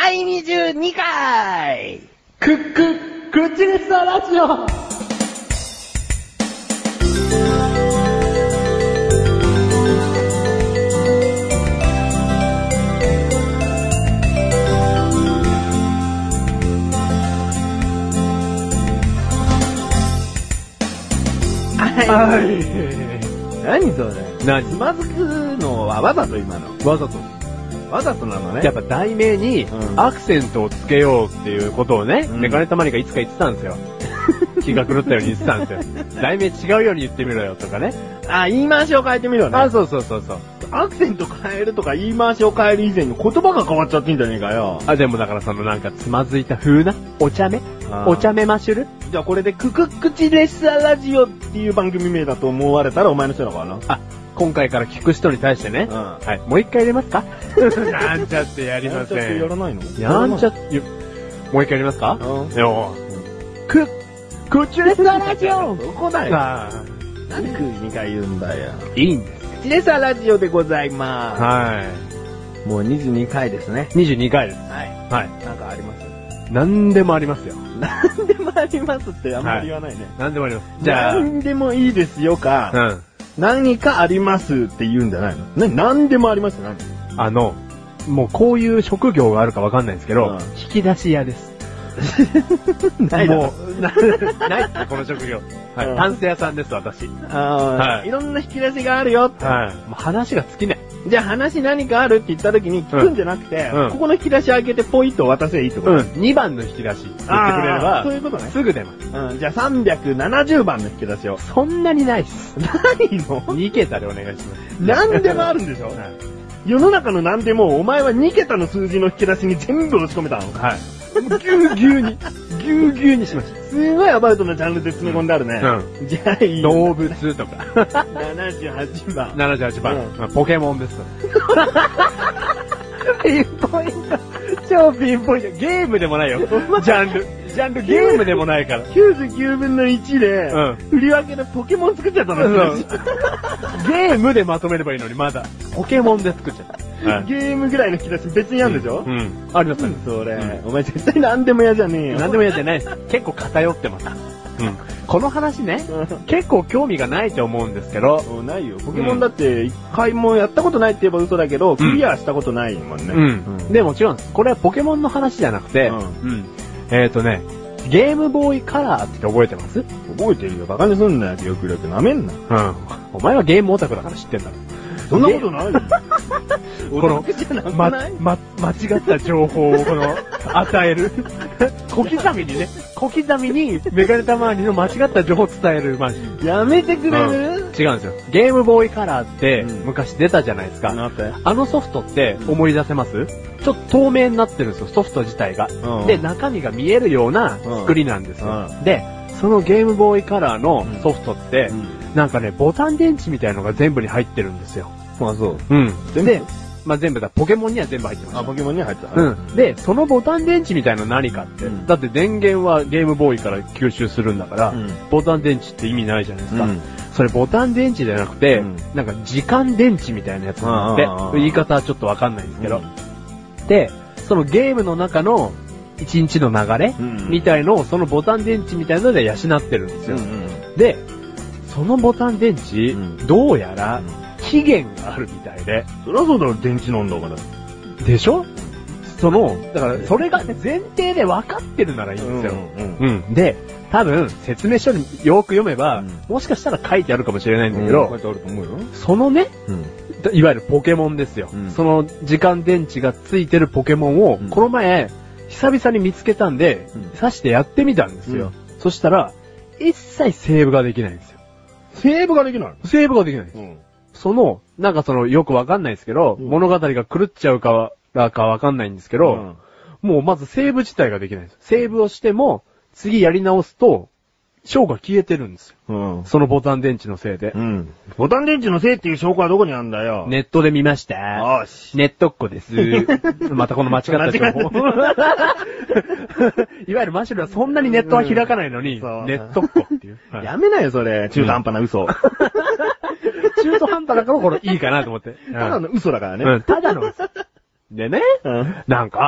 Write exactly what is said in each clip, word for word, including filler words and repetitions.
だいにじゅうにかいクック、クチレスラジオ。 はい。何それ？ 何？ つまずくのはわざと今の。 わざと。 わざとなのね。 やっぱ題名にアクセントをつけようっていうことをね、うん、メガネたまりがいつか言ってたんですよ。気が狂ったように言ってたんですよ。題名違うように言ってみろよとかね。 あ、言い回しを変えてみろね。 あ、そうそうそうそう。 アクセント変えるとか言い回しを変える以前に言葉が変わっちゃってんじゃねえかよ。 あ、でもだからそのなんかつまずいた風なお茶目お茶目マッシュルじゃあこれでクククチレッサラジオっていう番組名だと思われたらお前の人だからな。 あ、今回から聞く人に対してね。うん、はい。もう一回入れますか？なんちゃってやりません。 なんちゃってやらないの？ なんちゃって、もう一回やりますか？うん。よククチレッサラジオそこだよ。 なんでにかい言うんだよ。 いいんです。 クチレッサラジオでございます。 はい。 もうにじゅうにかいですね。 にじゅうにかいです。 はい。 はい。 なんかあります？ なんでもありますよ。 なんでもありますってあんまり言わないね。 なんでもあります。じゃあ。 なんでもいいですよか。 うん。 何かありますって言うんじゃないの？ね、なんでもありますって何？ あの、もうこういう職業があるかわかんないんですけど、うん、引き出し屋です。 ないだろ。 もう、な、ないってこの職業。はい。うん、タンス屋さんです、私。 ああ、はい。いろんな引き出しがあるよって。 はい。もう話が尽きない。 じゃあ話何かあるって言った時に聞くんじゃなくて、うん、ここの引き出し開けてポイッと渡せいいってこと？ うん。にばんの引き出し言ってくれれば、 そういうことね。 すぐ出ます。 うん。じゃあさんびゃくななじゅうばんの引き出しを。 そんなにないっす。 ないの？ に 桁でお願いします。 何でもあるんでしょ？はい。世の中の何でもお前はに桁の数字の引き出しに全部押し込めたの？ はい。ぎゅうぎゅうに、ぎゅうぎゅうにしました。 すごいアバウトなジャンルで詰め込んであるね。 うん。 じゃあいい。 動物とか。 ななじゅうはちばん。 ななじゅうはちばん。うん、ポケモンです。 ピンポイント。超ピンポイント。 ゲームでもないよ。ジャンル。ジャンルゲームでもないから。 きゅうじゅうきゅうぶんのいちで、うん、振り分けでポケモン作っちゃったの。 ゲームでまとめればいいのにまだ。ポケモンで作っちゃった。 はい、ゲームぐらいの引き出し別にあるんでしょ？ うん。うん、ありますね。 それ、うん。お前絶対何でも嫌じゃねえよ。 何でも嫌じゃないです。結構偏ってます。うん。この話ね、結構興味がないと思うんですけど。 ないよ。ポケモンだって一回もやったことないって言えば嘘だけど、クリアしたことないもんね。 うん。うん、でもちろん、これはポケモンの話じゃなくて、うん。うん、えっ、ー、とね、ゲームボーイカラーって覚えてます？ 覚えてるよ。バカにすんなよ。記憶力なめんな。 うん。お前はゲームオタクだから知ってんだろ。 そんなことないよ。 この、ま、ま、間違った情報をこの、与える。小刻みにね、小刻みにメガネたまわりの間違った情報を伝えるマジ。 やめてくれる、うん、 違うんですよ。ゲームボーイカラーって昔出たじゃないですか。うん、あのソフトって思い出せます？ちょっと透明になってるんですよ、ソフト自体が。うん、で、中身が見えるような作りなんですよ。うん、で、そのゲームボーイカラーのソフトって、うん、なんかね、ボタン電池みたいのが全部に入ってるんですよ。 まあそう。 うん。で、まあ全部だ、ポケモンには全部入ってます。 あ、ポケモンには入ってた。 うん。で、そのボタン電池みたいなの何かって、うん、だって電源はゲームボーイから吸収するんだから、うん、ボタン電池って意味ないじゃないですか。うん、それボタン電池じゃなくて、うん、なんか時間電池みたいなやつなんで、言い方はちょっとわかんないんですけど、うん、で、そのゲームの中の一日の流れ、うん、みたいのをそのボタン電池みたいなので養ってるんですよ。うんうん、で、そのボタン電池、うん、どうやら、うん期限があるみたいで。 そりゃそうだろ、電池なんだから。 でしょ？その、だから、それが前提で分かってるならいいんですよ。うん。うんうん、で、多分、説明書によく読めば、うん、もしかしたら書いてあるかもしれないんだけど、 うん、書いてあると思うよ。 そのね、うん、いわゆるポケモンですよ。うん、その時間電池がついてるポケモンを、うん、この前、久々に見つけたんで、うん、刺してやってみたんですよ。うん、そしたら、一切セーブができないんですよ。 セーブができないセーブができないんです。うんその、なんかその、よくわかんないですけど、うん、物語が狂っちゃうかは、かわかんないんですけど、うん、もうまずセーブ自体ができないんです。セーブをしても、次やり直すと、章が消えてるんですよ。うん、そのボタン電池のせいで、 うん。ボタン電池のせいっていう証拠はどこにあるんだよ。 ネットで見ました。 よし。 ネットっ子です。またこの間違った情報。いわゆるマシュルはそんなにネットは開かないのに、うん、ネットっ子っていう。 はい、やめなよ、それ。中途半端な嘘。 中途半端だからこれいいかなと思って。 ただの嘘だからね。 うん、ただの嘘。でね、うん、なんか、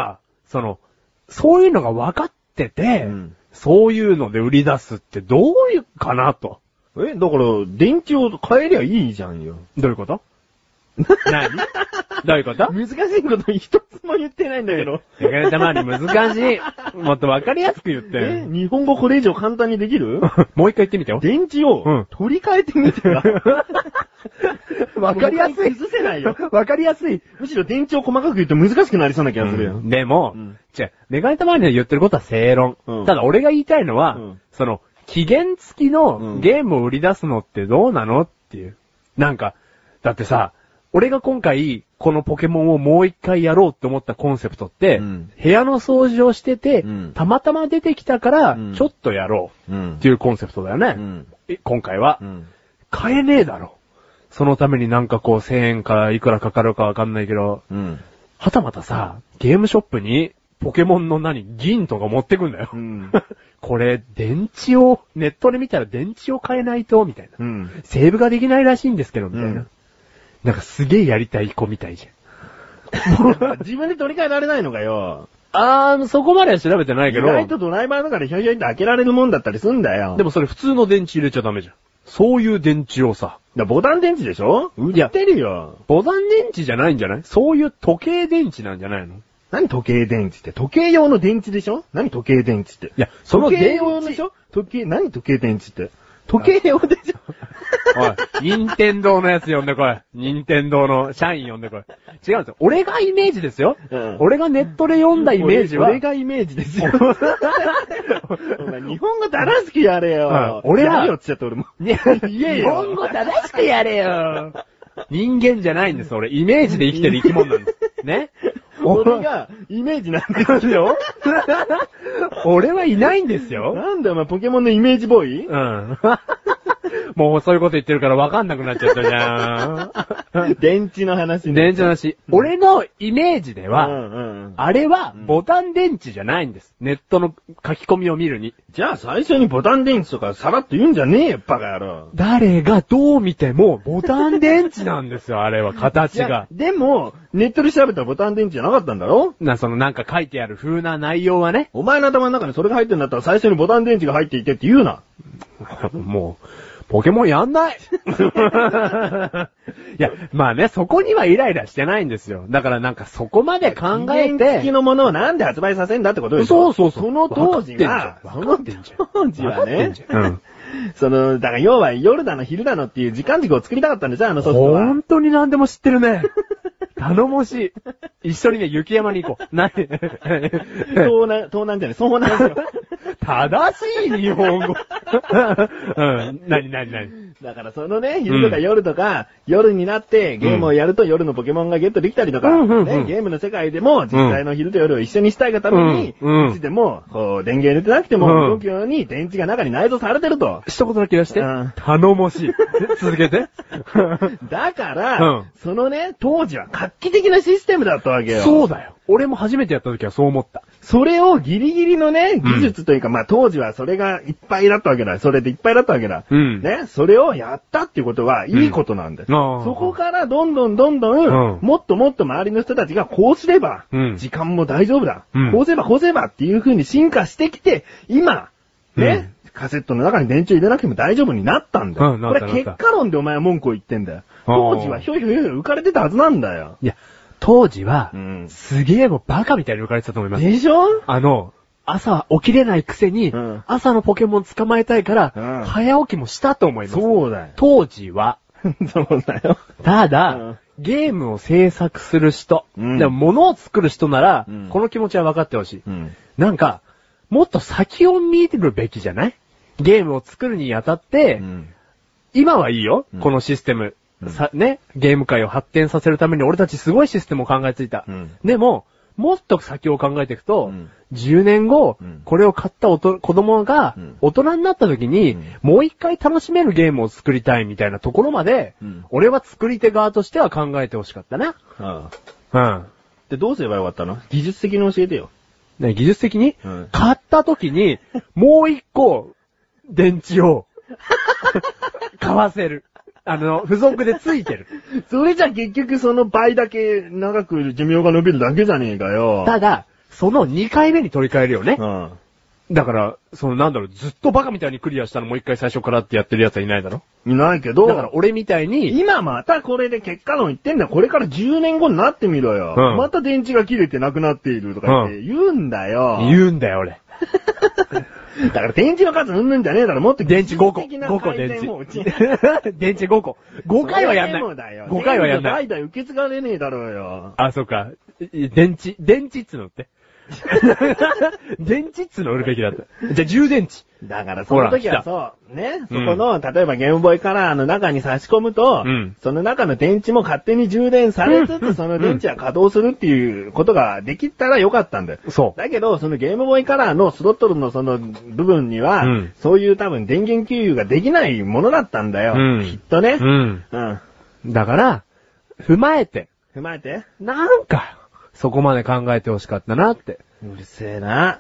その、そういうのが分かってて、 うん、 そういうので売り出すってどういうかなと。 え、だから、電池を変えりゃいいじゃんよ。 どういうこと何どういうこと難しいこと一つも言ってないんだけど。 だからたまに難しい。もっとわかりやすく言って。 え、日本語これ以上簡単にできるもう一回言ってみてよ。 電池を取り替えてみてよ。 わかりやすい。 崩せないよ。 わかりやすい。 むしろ電池を細かく言うと難しくなりそうな気がするよ。 うん、でも、 うん、 じゃあ、メガネたまわりの言ってることは正論。うん、ただ俺が言いたいのは、うん、その、期限付きのゲームを売り出すのってどうなのっていう。なんか、だってさ、俺が今回、このポケモンをもう一回やろうって思ったコンセプトって、うん、部屋の掃除をしてて、うん、たまたま出てきたから、ちょっとやろうっていうコンセプトだよね。うん、今回は、うん、買えねえだろ。そのためになんかこうせんえんかいくらかかるかわかんないけど、うん、はたまたさ、ゲームショップにポケモンの何、銀とか持ってくんだよ。うん、これ、電池を、ネットで見たら電池を変えないと、みたいな。うん、セーブができないらしいんですけど、みたいな。うん、なんかすげえやりたい子みたいじゃん。自分で取り替えられないのかよ。 あー、そこまでは調べてないけど。 意外とドライバーだからひょいひょいって開けられるもんだったりすんだよ。 でもそれ普通の電池入れちゃダメじゃん。そういう電池をさ。 だボタン電池でしょ？売ってるよ。 ボタン電池じゃないんじゃない？そういう時計電池なんじゃないの？ 何時計電池って？時計用の電池でしょ？何時計電池って。いや、その時計用でしょ？時計、何時計電池って。時計用でしょおい、任天堂のやつ呼んでこい。任天堂の社員呼んでこい。違うんですよ。俺がイメージですよ。うん、俺がネットで読んだイメージは。 俺, 俺がイメージですよ。お前日本語正しくやれよ。 うん、俺は。 やれよって言っちゃった俺も。 言えよ。日本語正しくやれよ。人間じゃないんです、俺。イメージで生きてる生き物なんです。ね。 俺がイメージなんですよ。 俺はいないんですよ。 なんだよお前ポケモンのイメージボーイ？ うん。もうそういうこと言ってるから分かんなくなっちゃったじゃん。 電池の話ね。 電池の話。うん、俺のイメージでは、うんうんうん、あれはボタン電池じゃないんです。ネットの書き込みを見るに。 じゃあ最初にボタン電池とかさらっと言うんじゃねえよ、バカ野郎。 誰がどう見てもボタン電池なんですよ、あれは形が。 でも、ネットで調べたらボタン電池じゃなかったんだろ？ な、そのなんか書いてある風な内容はね。 お前の頭の中にそれが入ってるんだったら最初にボタン電池が入っていてって言うな。 もう、ポケモンやんない。いや、まあね、そこにはイライラしてないんですよ。だからなんかそこまで考えて。 電池のものをなんで発売させんだってことでしょ？ そうそうそう。 その当時は、 その当時はね。うん。その、だから要は夜だの昼だのっていう時間軸を作りたかったんですよ、あのソフトは。 本当に何でも知ってるね。頼もしい。一緒にね、雪山に行こう。なに東南、東南じゃない、そうなんですよ。 正しい日本語。うん。なになになにだからそのね、昼とか夜とか、うん、夜になってゲームをやると夜のポケモンがゲットできたりとか、うんうんね、ゲームの世界でも実際の昼と夜を一緒にしたいがために、うん、いつでも、こう、電源入れてなくても、動くように電池が中に内蔵されてると。 一言だけ出して。うん、頼もしい。続けて。 だから、うん、そのね、当時は画期的なシステムだったわけよ。 そうだよ。俺も初めてやった時はそう思った。 それをギリギリのね、技術というか、うん、まあ当時はそれがいっぱいだったわけだ。それでいっぱいだったわけだ。うん、ね、それをやったっていうことはいいことなんです。うん、そこからどんどんどんどん、うん、もっともっと周りの人たちがこうすれば、うん、時間も大丈夫だ、うん。こうすればこうすればっていう風に進化してきて、今、ね、うん、カセットの中に電池を入れなくても大丈夫になったんだよ。うん、これ結果論でお前は文句を言ってんだよ。当時はひょいひょいひょい浮かれてたはずなんだよ。 いや、当時は、うん、すげえもうバカみたいに浮かれてたと思います。 でしょ？ あの、朝起きれないくせに、うん、朝のポケモン捕まえたいから、うん、早起きもしたと思います。 そうだよ。 当時は。 そうだよ。 ただ、うん、ゲームを制作する人、うん、でも物を作る人なら、うん、この気持ちは分かってほしい、うん。なんか、もっと先を見るべきじゃない？ゲームを作るにあたって、うん、今はいいよ、このシステム。さ、ね、ゲーム界を発展させるために俺たちすごいシステムを考えついた。うん、でも、もっと先を考えていくと、うん、じゅうねんご、うん、これを買ったおと子供が大人になった時に、うん、もう一回楽しめるゲームを作りたいみたいなところまで、うん、俺は作り手側としては考えてほしかったな。ああ、うん。 で、どうすればよかったの？技術的に教えてよ。 ね、技術的に、うん、買った時に、もう一個、電池を、買わせる。あの、付属でついてる。 それじゃ結局その倍だけ長く寿命が伸びるだけじゃねえかよ。 ただ、 そのにかいめに取り替えるよね。 うん。 だから、そのなんだろう、ずっとバカみたいにクリアしたのもう一回最初からってやってる奴はいないだろ。 いないけど。 だから俺みたいに。 今またこれで結果論言ってんだよ。これからじゅうねんごになってみろよ。うん、また電池が切れてなくなっているとか言って言うんだよ。 うん、言うんだよ、俺。 だから電池の数うんぬんじゃねえだろ。もっと電池ごこ。ごこ電池。電池ごこ。ごかいはやんない。ごかいはやんない。 代々受け継がれねえだろうよ。 あ、そっか。電池、電池っつうのって。電池っつうの売るべきだった。じゃあ充電池。 だからその時はそう、ね、そこの、うん、例えばゲームボーイカラーの中に差し込むと、うん、その中の電池も勝手に充電されつつ、うん、その電池は稼働するっていうことができたらよかったんだよ。 そう。 だけど、そのゲームボーイカラーのスロットルのその部分には、うん、そういう多分電源給油ができないものだったんだよ。うん、きっとね。 うん。うん。だから、踏まえて。 踏まえてなんか、そこまで考えてほしかったなって。 うるせえな。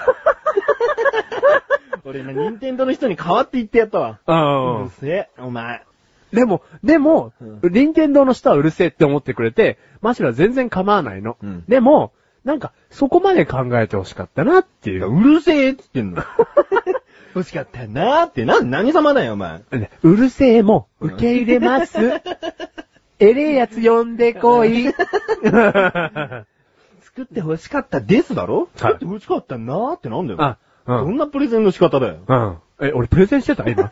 俺今、任天堂の人に代わって言ってやったわ。 うん。 うるせえ、お前。 でも、でも、うん、任天堂の人はうるせえって思ってくれて、マシュラは全然構わないの。うん、でも、なんか、そこまで考えてほしかったなっていう。 うるせえって言ってんの。欲しかったなーって、な、何様だよ、お前。 うるせえも、受け入れます。えれえやつ呼んでこい。 作って欲しかったですだろ、はい、作って欲しかったなーってなんだよ。 あ、うん。 どんなプレゼンの仕方だよ。 うん。え、俺プレゼンしてた今。だ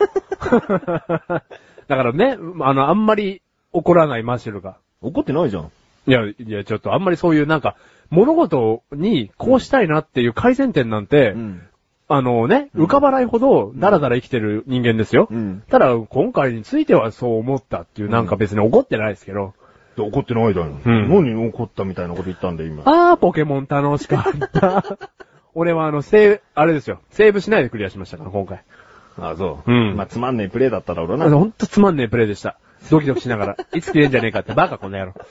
からね、あの、あんまり怒らないマシュルが。 怒ってないじゃん。 いや、いや、ちょっとあんまりそういうなんか、物事にこうしたいなっていう改善点なんて、うん、あのね、浮かばないほどダラダラ生きてる人間ですよ。うん、ただ、今回についてはそう思ったっていう、なんか別に怒ってないですけど。 怒ってないだよ。うん。何怒ったみたいなこと言ったんだよ、今。 あー、ポケモン楽しかった。俺はあの、セーブ、あれですよ。セーブしないでクリアしましたから、今回。 あ、そう。 うん。 まあ、つまんねえプレイだっただろうな。 ほんとつまんねえプレイでした。ドキドキしながら。いつ切れんじゃねえかってバカこの野郎。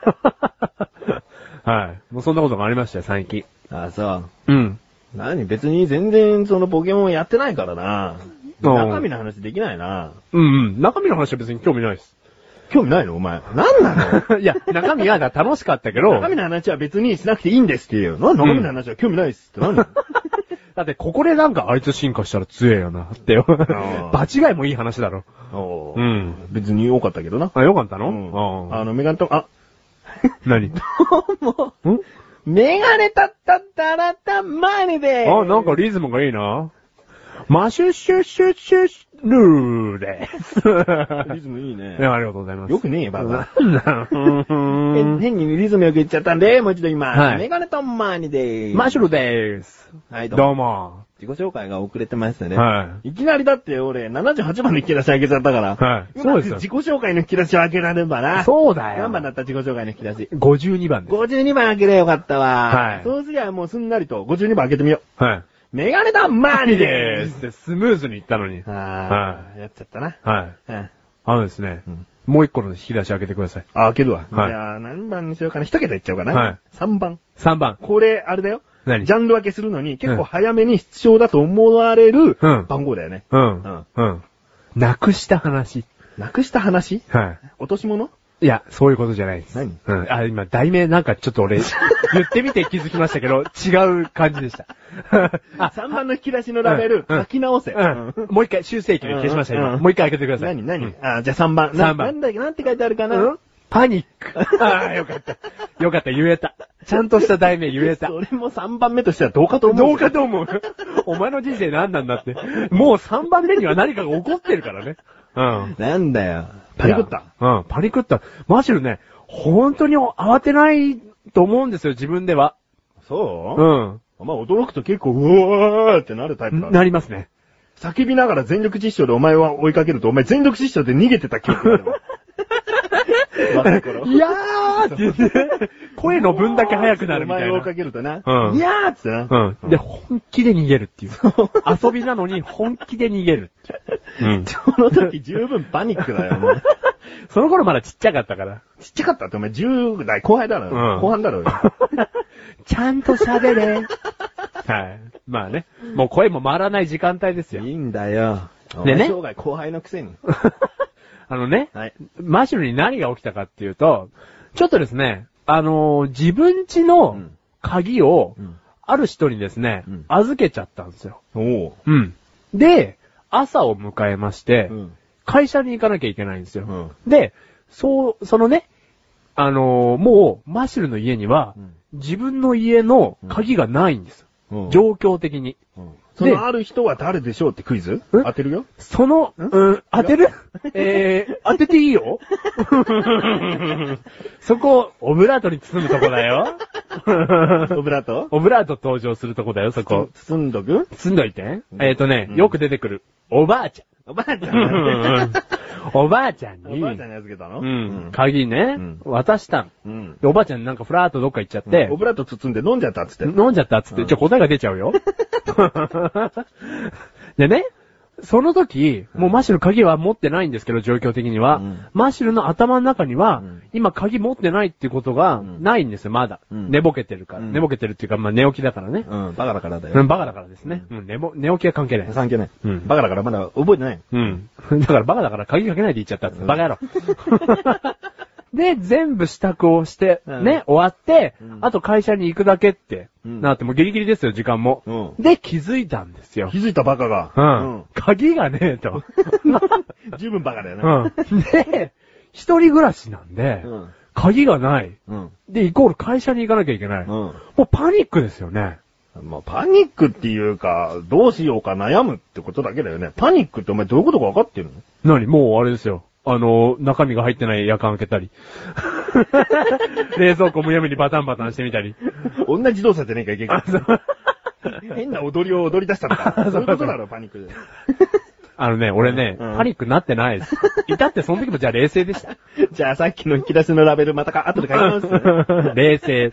はい。もうそんなことがありましたよ、最近。 あ、そう。うん。 何別に全然そのポケモンやってないからな。中身の話できないな。 うんうん。中身の話は別に興味ないです。 興味ないのお前。なんなのいや、中身は楽しかったけど。 中身の話は別にしなくていいんですって言うよ。なんで中身の話は興味ないっすって何なのだってここでなんかあいつ進化したら強えよなってよ。場違いもいい話だろ。 うん。別に良かったけどな。 あ、良かったの、 うん、あの、メガネと、あ。 何どうも。んメガネたったったらたまにでーす。 あ、なんかリズムがいいな。マシュッシュッシュッシュッシュルーです。 リズムいいね。 いや、ありがとうございます。 よくねえ、バカ。変にリズムよく言っちゃったんで、もう一度今、はい、メガネとマーニでーす。 マシュルでーす。 はい、どうも。 どうも。 自己紹介が遅れてましたね。 はい。 いきなりだって俺、ななじゅうはちばんの引き出し開けちゃったから。 はい。 そうですよ。自己紹介の引き出しを開けられればな。 そうだよ。 何番だった自己紹介の引き出し。 ごじゅうにばんです。 ごじゅうにばん開ければよかったわ。 はい。 そうすりゃもうすんなりとごじゅうにばん開けてみよう。はい。 メガネだマーニでーすってスムーズに言ったのに。 はい。やっちゃったな。 はい。はい。あのですね。うんもう一個の引き出し開けてください。 あ、開けるわ。 はい。 じゃあ、何番にしようかな。一桁いっちゃおうかな。 はい。 さんばん。 さんばん。 これ、あれだよ。 何？ ジャンル分けするのに、結構早めに必要だと思われる番号だよね。 うん。うん。うん。なくした話。 なくした話？ はい。 落とし物？ いや、そういうことじゃないです。 何？ うん。あ、今、題名なんかちょっと俺、言ってみて気づきましたけど、違う感じでした。 あ、さんばんの引き出しのラベル、書き直せ。 うん。もう一回、修正機で消しました、今。もう一回開けてください。 何何？あ、じゃあさんばん。 さんばん。 なんだっけ、なんて書いてあるかな？ パニック。ああ、よかった。よかった、言えた。ちゃんとした題名言えた。 それもさんばんめとしてはどうかと思う。 どうかと思う。お前の人生何なんだって。もうさんばんめには何かが起こってるからね。うん。 なんだよ。パニクった。 うん、パニクった。マジでね、本当に慌てないと思うんですよ、自分では。 そううん。 お前驚くと結構、うわーってなるタイプだ。 なりますね。 叫びながら全力実証でお前は追いかけると、お前全力実証で逃げてた記憶があるわ。 いやーって言って、声の分だけ速くなるみたいな。 お前を追いかけるとな。 うん。 いやーってな。 うん。で、本気で逃げるっていう。遊びなのに本気で逃げるって。 うん。その時十分パニックだよ、もう。 その頃まだちっちゃかったから。 ちっちゃかったってお前じゅう代後輩だろ。うん。後半だろ。 ちゃんと喋れ。はい。まあね。もう声も回らない時間帯ですよ。 いいんだよ。 でね。 生涯後輩のくせに。 あのね。 はい。 マシュルに何が起きたかっていうと、ちょっとですね、あのー、自分家の鍵を、ある人にですね、うん、預けちゃったんですよ。 おう。 うん。で、朝を迎えまして、うん、会社に行かなきゃいけないんですよ。うん、で、そう、そのね、あのー、もう、マシュルの家には、うん、自分の家の鍵がないんです。うん、状況的に。 うんそのある人は誰でしょうってクイズ当てるよ。 その、うん、当てるえー、当てていいよそこ、オブラートに包むとこだよ。 オブラートオブラート登場するとこだよ、そこ。 包んどく包んどいて。えっ、ー、とね、うん、よく出てくる。おばあちゃん。 おばあちゃんおばあちゃんに。 おばあちゃんに預けたのうん。鍵ね、うん、渡したの。うん。で、おばあちゃんなんかフラーっとどっか行っちゃって。 うん、オブラート包んで飲んじゃったっつって。 飲んじゃったっつって。うん、じゃあ答えが出ちゃうよ。でね、その時、もうマシュル鍵は持ってないんですけど、状況的には。うん、マシュルの頭の中には、うん、今鍵持ってないっていうことがないんですよ、まだ。うん、寝ぼけてるから。うん、寝ぼけてるっていうか、まあ寝起きだからね。 うん、バカだからだよ。 うん、バカだからですね。うん、寝ぼ、寝起きは関係ない。 関係ない。うん。バカだからまだ覚えてない。 うん。だからバカだから鍵かけないで言っちゃったって。バカ野郎。で、全部支度をして、ね、うん、終わって、うん、あと会社に行くだけって、うん、なってもうギリギリですよ、時間も、うん。で、気づいたんですよ。 気づいたバカが。 うん。うん、鍵がねえと。 十分バカだよね。 うん。で、一人暮らしなんで、うん、鍵がない。うん。で、イコール会社に行かなきゃいけない。うん。もうパニックですよね。 まあ、パニックっていうか、どうしようか悩むってことだけだよね。パニックってお前どういうことか分かってるの？何？もうあれですよ。あの、中身が入ってない夜間開けたり。冷蔵庫むやみにバタンバタンしてみたり。 同じ動作じゃねえかいけんか。変な踊りを踊り出したのか。そういうことだろ、パニックで。 あのね、俺ね、うん、パニックなってないです。いたってその時もじゃあ冷静でした。 じゃあさっきの引き出しのラベルまたか、後で書きます、ね。 冷静。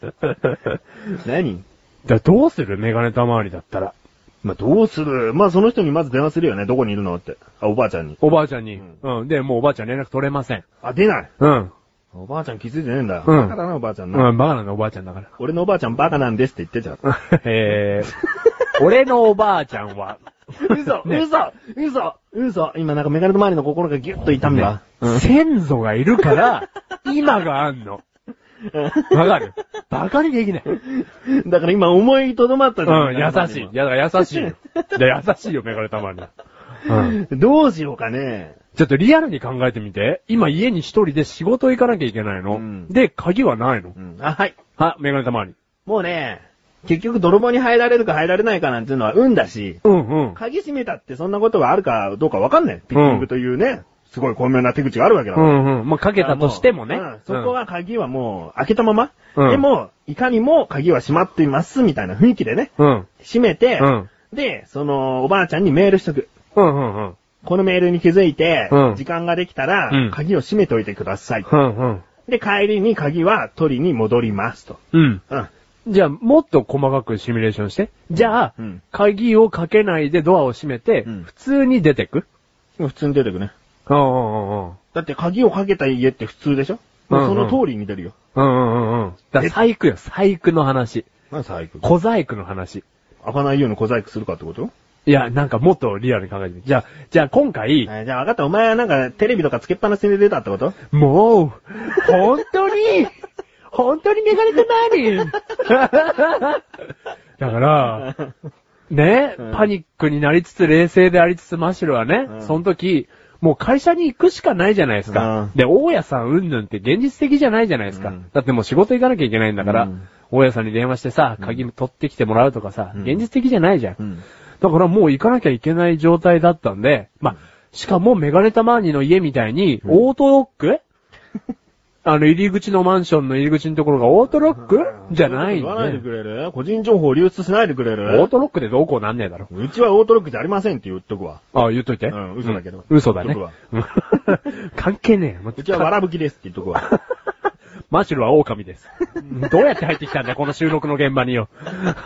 何？ じゃあどうする？メガネたまわりだったら。 まあ、どうする？まあ、その人にまず電話するよね。どこにいるのって。あ、おばあちゃんに。 おばあちゃんに。うん。うん、で、もうおばあちゃん連絡取れません。 あ、出ない。 うん。 おばあちゃん気づいてねえんだ。うん。バカだな、おばあちゃんな。 うん、バカなのおばあちゃんだから。 俺のおばあちゃんバカなんですって言ってちゃう。 へー。俺のおばあちゃんは。 嘘、ね、嘘、嘘、嘘。今なんかメガネの周りの心がギュッと痛むわ、ねうん。先祖がいるから、今があんの。わかる？バカにできない。 だから今思いとどまったじゃん。 うん、優しい。いや、だから優しいよ。いや、優しいよ、メガネたまに。 うん。どうしようかね。 ちょっとリアルに考えてみて。今家に一人で仕事行かなきゃいけないの。うん、で、鍵はないの。 うん、あ、はい。 は、メガネたまに。 もうね、結局泥棒に入られるか入られないかなんていうのは運だし。 うんうん。 鍵閉めたってそんなことがあるかどうかわかんない。ピッキングというね。うんすごい巧妙な手口があるわけだから。 うんうん。まあ、かけたとしてもね。 うん。そこは鍵はもう開けたまま。うん。でも、いかにも鍵は閉まっていますみたいな雰囲気でね。うん。閉めて、うん。で、その、おばあちゃんにメールしとく。 うんうんうん。 このメールに気づいて、うん。時間ができたら、うん。鍵を閉めておいてください。 うんうん。 で、帰りに鍵は取りに戻りますと。 うん。うん。じゃあ、もっと細かくシミュレーションして。じゃあ、うん、鍵をかけないでドアを閉めて、うん、普通に出てく？ 普通に出てくね。 うんうんうん。 だって鍵をかけた家って普通でしょ？うんうん、その通りに出るよ。 うんうんうん。だから細工よ、細工の話。 何細工？ 小細工の話。 開かないように小細工するかってこと？ いや、なんかもっとリアルに考えてみて。じゃあ、じゃあ今回。 じゃあ分かった。お前はなんかテレビとかつけっぱなしで出たってこと？ もう、本当に、本当にメガネたまり。だから、ね、うん、パニックになりつつ冷静でありつつマシュルはね、うん、その時、もう会社に行くしかないじゃないですか。うん、で、大家さんうんぬんって現実的じゃないじゃないですか。うん、だってもう仕事行かなきゃいけないんだから、うん、大家さんに電話してさ、鍵取ってきてもらうとかさ、うん、現実的じゃないじゃん。うん、だからもう行かなきゃいけない状態だったんで、まあ、しかもメガネタマーニの家みたいに、オートロック、うんあの、入り口のマンションの入り口のところがオートロックじゃないんで。 言わないでくれる？個人情報流出しないでくれる？ オートロックでどうこうなんねえだろ。 うちはオートロックじゃありませんって言っとくわ。 ああ、言っといて。 うん、嘘だけど。 うん、嘘だね。関係ねえ。 うちはわらぶきですって言っとくわ。 マシュルは狼です。どうやって入ってきたんだよ、この収録の現場によ。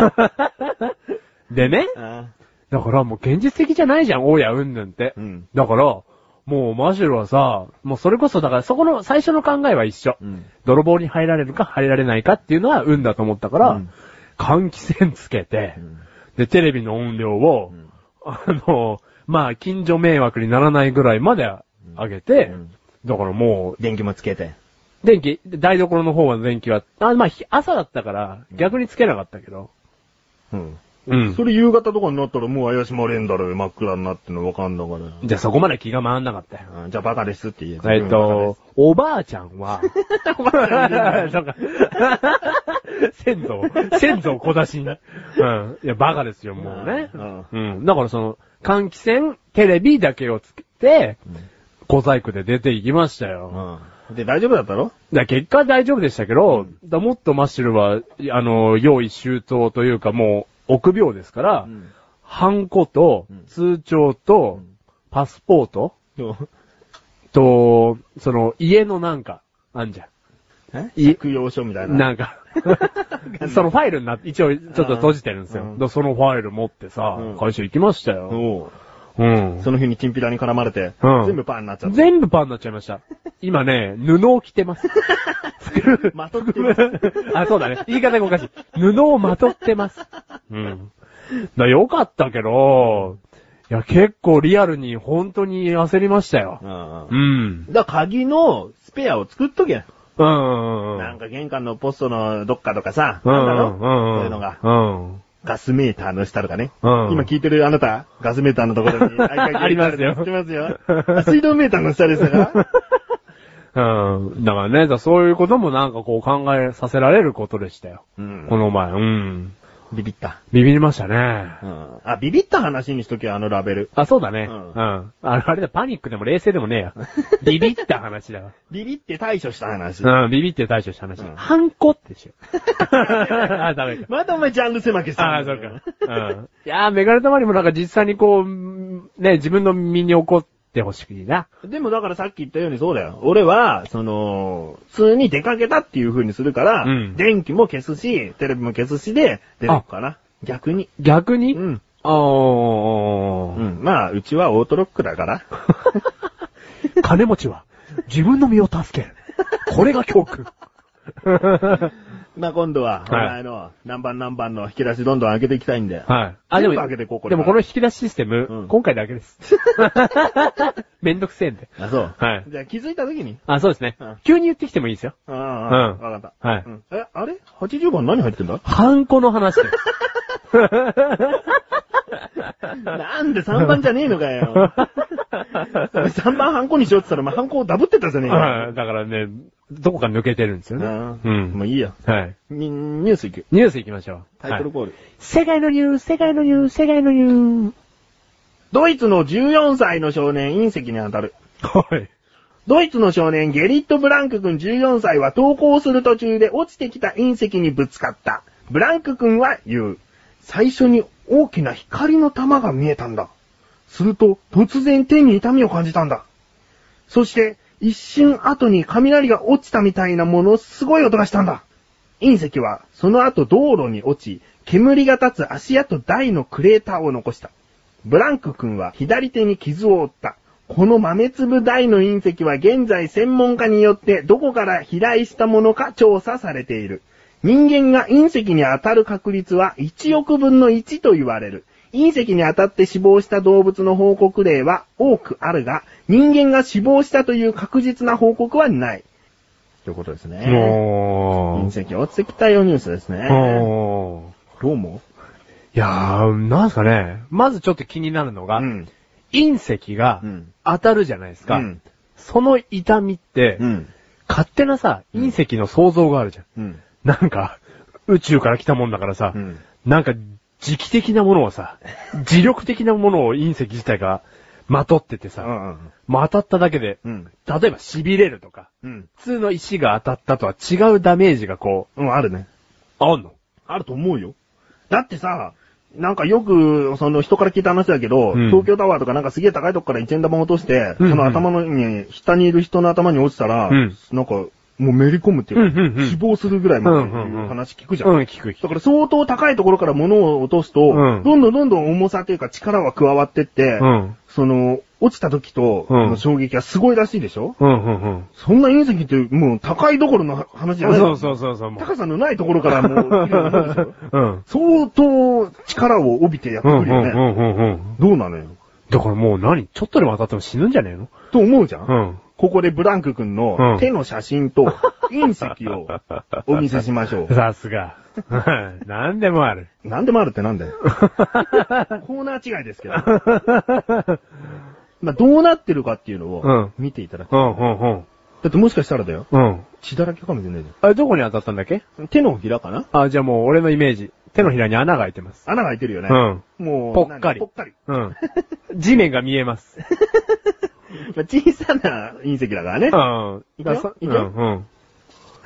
でね。だからもう現実的じゃないじゃん、大家うんぬんって。うん、だから、もうマシュルはさ、もうそれこそだからそこの最初の考えは一緒。うん、泥棒に入られるか入られないかっていうのは運だと思ったから、うん、換気扇つけて、うん、で、テレビの音量を、うん、あの、まあ、近所迷惑にならないぐらいまで上げて、うん、だからもう、 電気もつけて。 電気、台所の方の電気は、あ、まあ、朝だったから、逆につけなかったけど。 うん。うん。それ夕方とかになったらもう怪しまれんだろ、真っ暗になってのわかんだから。 じゃあそこまで気が回んなかったよ。 じゃあバカですって言え。 えっと、おばあちゃんは、おばあちゃんなんか、先祖、先祖小出しに。うん。いや、バカですよ、もうね。うん。だからその、換気扇、テレビだけをつけて、小細工で出て行きましたよ。 うん。で、大丈夫だったろ？ だ結果は大丈夫でしたけど、うん、だもっとマッシュルは、あの、用意周到というかもう、臆病ですから、うん、ハンコと、通帳と、うん、パスポート、うん、と、その、家のなんか、あんじゃん。 え借用書みたいな。 なんか、そのファイルになって、一応ちょっと閉じてるんですよ。うん、そのファイル持ってさ、うん、会社行きましたよ。うん。 その日にチンピラに絡まれて、うん、全部パンになっちゃった。 全部パンになっちゃいました。今ね、布を着てます。 まとってます。 あ、そうだね。言い方がおかしい。布をまとってます。うん。だよかったけど、いや、結構リアルに本当に焦りましたよ。うん。うん。 だから鍵のスペアを作っとけ。 うん。 なんか玄関のポストのどっかとかさ、なんだろう、そういうのが。うん。ガスメーターの下とかね。うん、今聞いてるあなた、ガスメーターのところに合鍵ありますよ。 知ってますよ。水道メーターの下ですから。 うん。だからね、だそういうこともなんかこう考えさせられることでしたよ。うん、この前。うん。 ビビった。 ビビりましたね。 うん。あ、ビビった話にしときゃ、あのラベル。 あ、そうだね。うん。うん。ああれだ、パニックでも冷静でもねえや。ビビった話だわ。 ビビって対処した話。 うん、ビビって対処した話。うん、ハンコってしよう。あ、ダメか。 またお前ジャンル狭くしたんだ。 あ、そうか。うん。いやー、メガネたまりもなんか実際にこう、ね、自分の身に起こって、ってほしくいいな。 でもだからさっき言ったようにそうだよ。俺は、その、普通に出かけたっていう風にするから、うん、電気も消すし、テレビも消すしで出るかな。逆に。 逆に？ うん。 あー。 うん。まあ、うちはオートロックだから。 金持ちは、自分の身を助ける。これが教訓。 まあ今度は、お前の何番何番の引き出しどんどん開けていきたいんで。 はい。 あ、でも、開けてこう、これ。 でもこの引き出しシステム、うん、今回だけです。めんどくせえんで。 あ、そう。 はい。 じゃあ気づいた時に。 あ、そうですね。うん、急に言ってきてもいいですよ。 ああ、うん。わかった。 はい、 うん。え、あれ ?はちじゅう 番何入ってんだハンコの話で。 なんでさんばんじゃねえのかよ。さんばんハンコにしようって言ったら、まあ、ハンコをダブってたじゃねえか。 だからね、どこか抜けてるんですよね。 うん。もういいや。 はい。 ニュース行く。 ニュース行きましょう。 タイトルコール。はい、 世界のニュース、世界のニュース、世界のニュース。 ドイツのじゅうよんさいの少年隕石に当たる。 はい。 ドイツの少年ゲリット・ブランク君じゅうよんさいは登校する途中で落ちてきた隕石にぶつかった。ブランク君は言う。最初に大きな光の玉が見えたんだ。すると突然手に痛みを感じたんだ。そして一瞬後に雷が落ちたみたいなものすごい音がしたんだ。隕石はその後道路に落ち、煙が立つ足跡大のクレーターを残した。ブランク君は左手に傷を負った。この豆粒大の隕石は現在専門家によってどこから飛来したものか調査されている。人間が隕石に当たる確率はいちおくぶんのいちと言われる。隕石に当たって死亡した動物の報告例は多くあるが、人間が死亡したという確実な報告はない。ということですね。隕石落ちてきたよニュースですね。どう思う？ いやー、なんすかね。まずちょっと気になるのが、うん、隕石が当たるじゃないですか。うん、その痛みって、うん、勝手なさ、隕石の想像があるじゃん。うん、なんか、宇宙から来たもんだからさ、うん、なんか、磁気的なものをさ、磁力的なものを隕石自体がまとっててさ、うんうん、まとっただけで、うん、例えば痺れるとか、うん、普通の石が当たったとは違うダメージがこう、うん、あるね。 あんの？ あると思うよ。だってさ、なんかよく、その人から聞いた話だけど、うん、東京タワーとかなんかすげえ高いとこから一円玉を落として、うんうん、その頭のに、下にいる人の頭に落ちたら、うん、なんか、もうめり込むっていうか、うんうんうん、死亡するぐらいまでいう話聞くじゃん。 うんうんうん、聞く聞く。 だから相当高いところから物を落とすと、うん、どんどんどんどん重さというか力は加わってって、うん、その、落ちた時と、の衝撃はすごいらしいでしょ、うんうんうん、そんな隕石ってもう高いどころの話じゃない。 そうそうそうそう。 高さのないところからもう、うん、相当力を帯びてやってくるよね。うんうんうんうん、どうなのよ。 だからもう何ちょっとでも当たっても死ぬんじゃねえのと思うじゃん。 うん。 ここでブランク君の手の写真と隕石をお見せしましょう。 さすが。何でもある。 何でもあるってなんだよ。コーナー違いですけど。まあ、どうなってるかっていうのを見ていただきたい。 うんうんうん。 だってもしかしたらだよ。 うん。 血だらけかもしれないじゃん。あれ、どこに当たったんだっけ？ 手のひらかな？ あ、じゃあもう俺のイメージ。手のひらに穴が開いてます。 穴が開いてるよね。 うん。 もう、 ぽっかり。 ぽっかり。 うん。地面が見えます。 小さな隕石だからね。 うん。 いくよ。いくよ。 うん。 はい。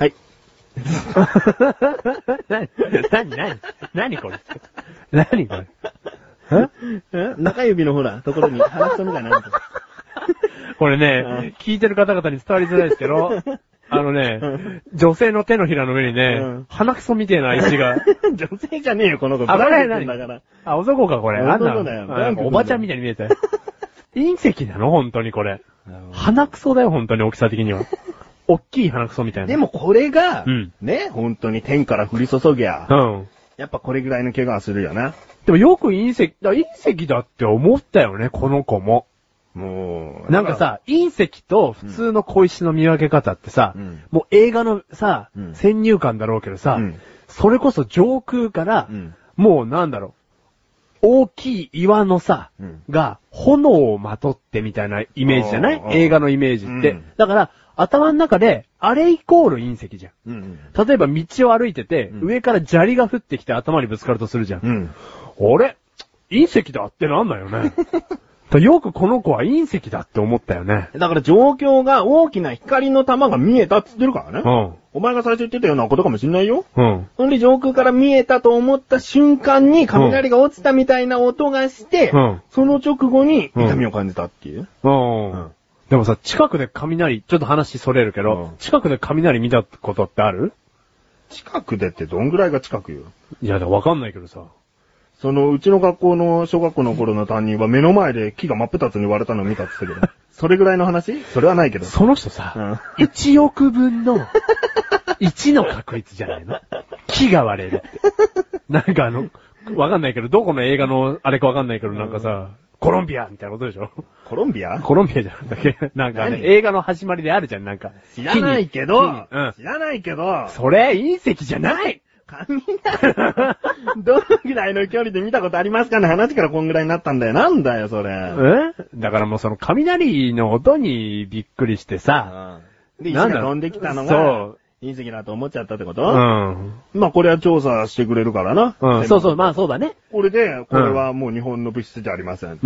なに、なに、なに、なにこれ。なにこれ。 え中指のほら、ところに鼻くそみたいなのある。 これね、聞いてる方々に伝わりづらいですけど、あのね、女性の手のひらの上にね、鼻くそみたいな石が。 女性じゃねえよ、この子。 あ、これ何だから。 あ、男か、これ。 男だよ。 おばちゃんみたいに見えたよ。隕石なの本当にこれ。鼻くそだよ、本当に大きさ的には。おっきい鼻くそみたいな。 でもこれが、ね、本当に天から降り注ぎゃ。 うん。 やっぱこれぐらいの怪我はするよな。 でもよく隕石、隕石だって思ったよね、この子も。 もう、なんかさ、隕石と普通の小石の見分け方ってさ、うん、もう映画のさ、うん、先入観だろうけどさ、うん、それこそ上空から、うん、もうなんだろう、大きい岩のさ、うん、が炎をまとってみたいなイメージじゃない？映画のイメージって。うん、だから、頭の中で、あれイコール隕石じゃん。うんうん、例えば道を歩いてて、うん、上から砂利が降ってきて頭にぶつかるとするじゃん。うん、あれ隕石だってなんだよね。よくこの子は隕石だって思ったよね。 だから状況が大きな光の玉が見えたって言ってるからね。うん。お前が最初言ってたようなことかもしんないよ。うん。ほんで上空から見えたと思った瞬間に雷が落ちたみたいな音がして、うん。その直後に痛みを感じたっていう。うん。 うん。でもさ、近くで雷、ちょっと話それるけど、うん、近くで雷見たことってある？ 近くでってどんぐらいが近くよ。 いや、わかんないけどさ。 その、うちの学校の小学校の頃の担任は目の前で木が真っ二つに割れたのを見たって言ってたけど。それぐらいの話？それはないけど。 その人さ、うん、いちおくぶんのいちの確率じゃないの？木が割れるって。なんかあの、わかんないけど、どこの映画のあれかわかんないけど、なんかさ、うん、コロンビアみたいなことでしょ？ コロンビア？ コロンビアじゃなくて、なんかね、映画の始まりであるじゃん、なんか。 知らないけど、うん、知らないけど、 それ隕石じゃない！ 雷どのぐらいの距離で見たことありますかね？話からこんぐらいになったんだよ。なんだよ、それ。 え？だからもうその雷の音にびっくりしてさ。 うん、で、石が飛んできたのが、そう隕石だと思っちゃったってこと？うん。まあこれは調査してくれるからな。 うん。そうそう、まあそうだね。 これで、これはもう日本の物質じゃありません。うん。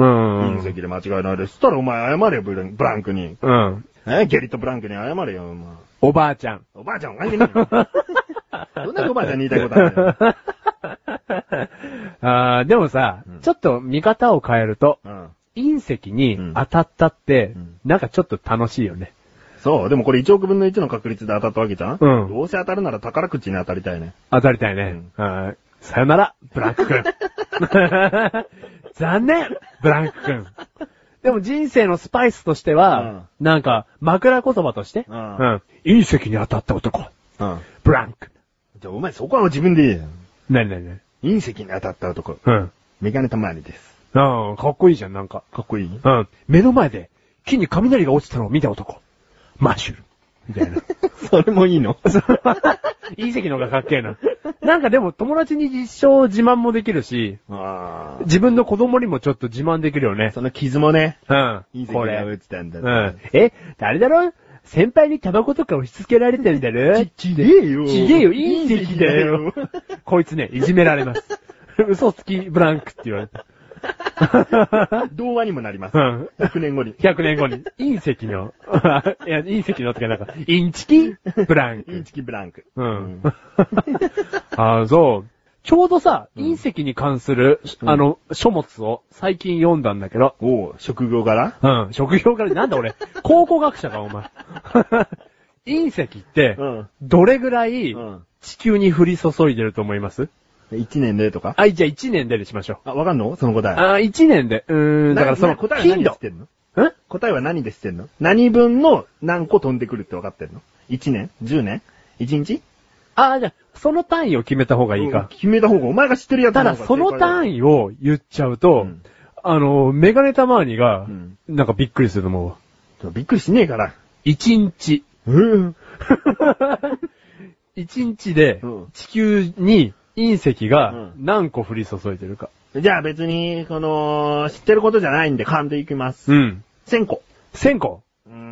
隕石で間違いないです。そしたらお前謝れよ、ブランクに。うん。え？ゲリットブランクに謝れよ、お前。 おばあちゃん。 おばあちゃん、関係ないよ。どんなおばあちゃんに言いたいことあるよ。あー、でもさ、うん、ちょっと見方を変えると、うん、隕石に当たったって、うん、なんかちょっと楽しいよね。 そう、でもこれいちおくぶんのいちの確率で当たったわけじゃん？うん。どうせ当たるなら宝くじに当たりたいね。 当たりたいね。うん。さよなら、ブランク君。残念、ブランク君。でも人生のスパイスとしては、うん、なんか枕言葉として、うん、うん、隕石に当たった男。うん。ブランク。 じゃあお前そこは自分で言えよ。 なになになに？ 隕石に当たった男。うん。メガネたまわりです。 ああ、かっこいいじゃん、なんか。 かっこいい？ うん。目の前で木に雷が落ちたのを見た男。マッシュル。みたいな。 それもいいの？ 隕石の方がかっけえな。なんかでも友達に実証自慢もできるし、あ自分の子供にもちょっと自慢できるよね。 その傷もね。 うん。 隕石が落ちたんだ。 うん。え、誰だろう？先輩にタバコとか押し付けられてんだろ？ ち、ちげえよ。 ちげえよ、隕石だよ。こいつね、いじめられます。嘘つきブランクって言われた。 童話にもなります。うん。ひゃくねんごに。 ひゃくねんごに。隕石の、いや、隕石のとかなんか、インチキブランク。 インチキブランク。 うん。ああ、そう。ちょうどさ、隕石に関する、うん、あの、書物を最近読んだんだけど。 おう、職業柄？ うん、職業柄、なんだ俺、考古学者か、お前。隕石って、どれぐらい地球に降り注いでると思います？ 一年でとか？ あ、じゃあ一年でにしましょう。 あ、わかんの？その答え。 あ、一年で。うーん、だからその、 答えは何で知ってんの？ん？答えは何で知ってんの？何分の何個飛んでくるってわかってんの？一年？十年？一日？ ああ、じゃあ、その単位を決めた方がいいか。 決めた方が、お前が知ってるやつだ。ただ、その単位を言っちゃうと、うん、あの、メガネたまわりが、うん、なんかびっくりすると思う。 びっくりしねえから。 一日。 うん。 一日で、地球に隕石が何個降り注いでるか。 じゃあ別に、この、知ってることじゃないんで勘でいきます。 うん。 千個。 千個うーん。うん。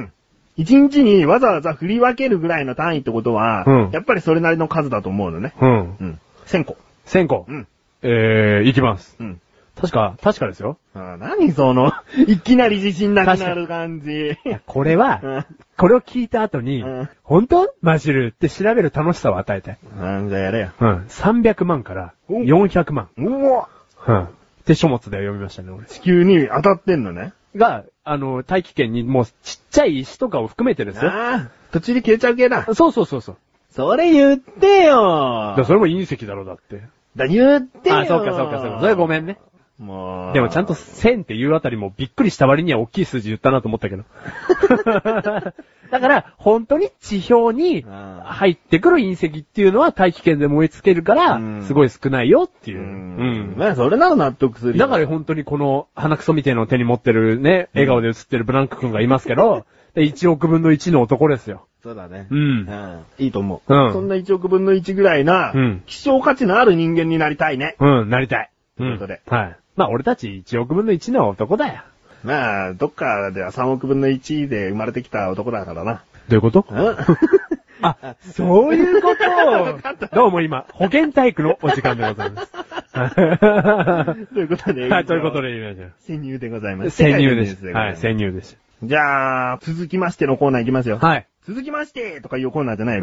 一日にわざわざ振り分けるぐらいの単位ってことは、うん、やっぱりそれなりの数だと思うのね。 うん。 うん。千個。 千個。 うん。 えー、いきます。 うん。 確か、確かですよ。 あ、何その、いきなり自信なくなる感じ。 これは、これを聞いた後に、うん、本当マシルって調べる楽しさを与えたい。 なんじゃやれよ。 うん。さんびゃくまんからよんひゃくまん。 うわ。 うん。って書物で読みましたね、俺。 地球に当たってんのね。 が、あの、大気圏にもうちっちゃい石とかを含めてですよ。 ああ、途中で消えちゃう系だ。 そうそうそうそう。 それ言ってよ。 だそれも隕石だろ、だって。 だ、言ってよ。 あ、そうかそうかそうか。それごめんね。もう。でもちゃんとせんって言うあたりもびっくりした割には大きい数字言ったなと思ったけど。だから、本当に地表に入ってくる隕石っていうのは大気圏で燃え尽きるから、すごい少ないよっていう。うん。 うん、まあ、それなら納得するよ。 だから本当にこの鼻くそみたいなのを手に持ってるね、笑顔で写ってるブランク君がいますけど、いちおくぶんのいちの男ですよ。 そうだね。 うん。うん。 いいと思う。うん。そんないちおくぶんのいちぐらいな、うん。希少価値のある人間になりたいね。 うん、なりたい。 ということで。 はい。まあ、俺たちいちおくぶんのいちの男だよ。 まあ、どっかではさんおくぶんのいちで生まれてきた男だからな。 どういうことあ、そういうことどうも今、保健体育のお時間でございます。 ということで。 はい、ということで言いましょう。 潜入でございます。 潜入です。はい、潜入です。 じゃあ、続きましてのコーナーいきますよ。 はい。 続きましてとかいうコーナーじゃないよ。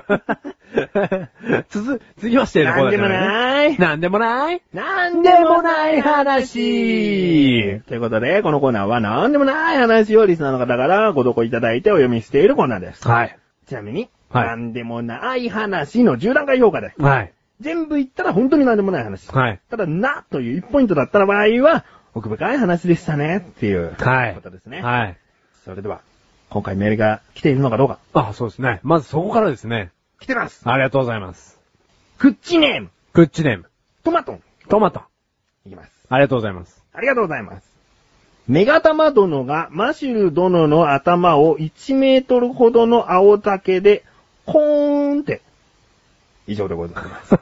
続、続きましてのコーナーじゃない。 なんでもない。 なんでもない話。 ということで、このコーナーはなんでもない話をリスナーの方からご投稿いただいてお読みしているコーナーです。 はい。 ちなみに、はい、なんでもない話のじゅう段階評価で。 はい。 全部言ったら本当になんでもない話。 はい。 ただ、なといういちポイントだった場合は、奥深い話でしたねっていう。はい。ことですね。 はい。 それでは、今回メールが来ているのかどうか。 あ、そうですね。まずそこからですね。 来てます。 ありがとうございます。 クッチネーム。 クッチネーム。 トマトン。 トマトン。 いきます。 ありがとうございます。 ありがとうございます。メガタマ殿がマシュル殿の頭をいちメートルほどの青竹で、コーンって。以上でございます。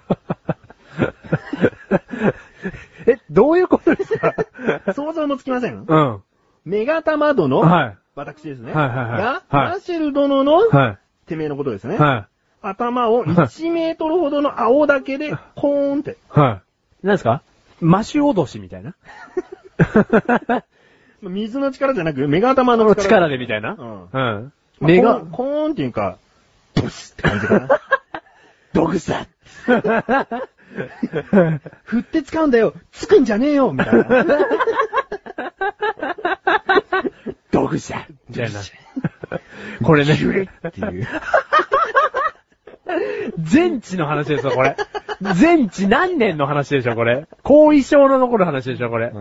え、どういうことですか想像もつきません？ うん。 メガタマ殿、 はい。 私ですね。 はいはいはい。 が、はい、マシュル殿の、はい。てめえのことですね。 はい。 頭をいちメートルほどの青竹で、コーンって。 はい。何ですか？マシュおどしみたいな水の力じゃなく、メガタマの力。 力でみたいな。うん。うん。メガ、 コーンっていうか、ドスって感じかな。ドグサ振って使うんだよつくんじゃねえよみたいな。 ドグサみたいな。これね。っていう。全治の話ですよ、これ。全治何年の話でしょ、これ。後遺症の残る話でしょ、これ。うん。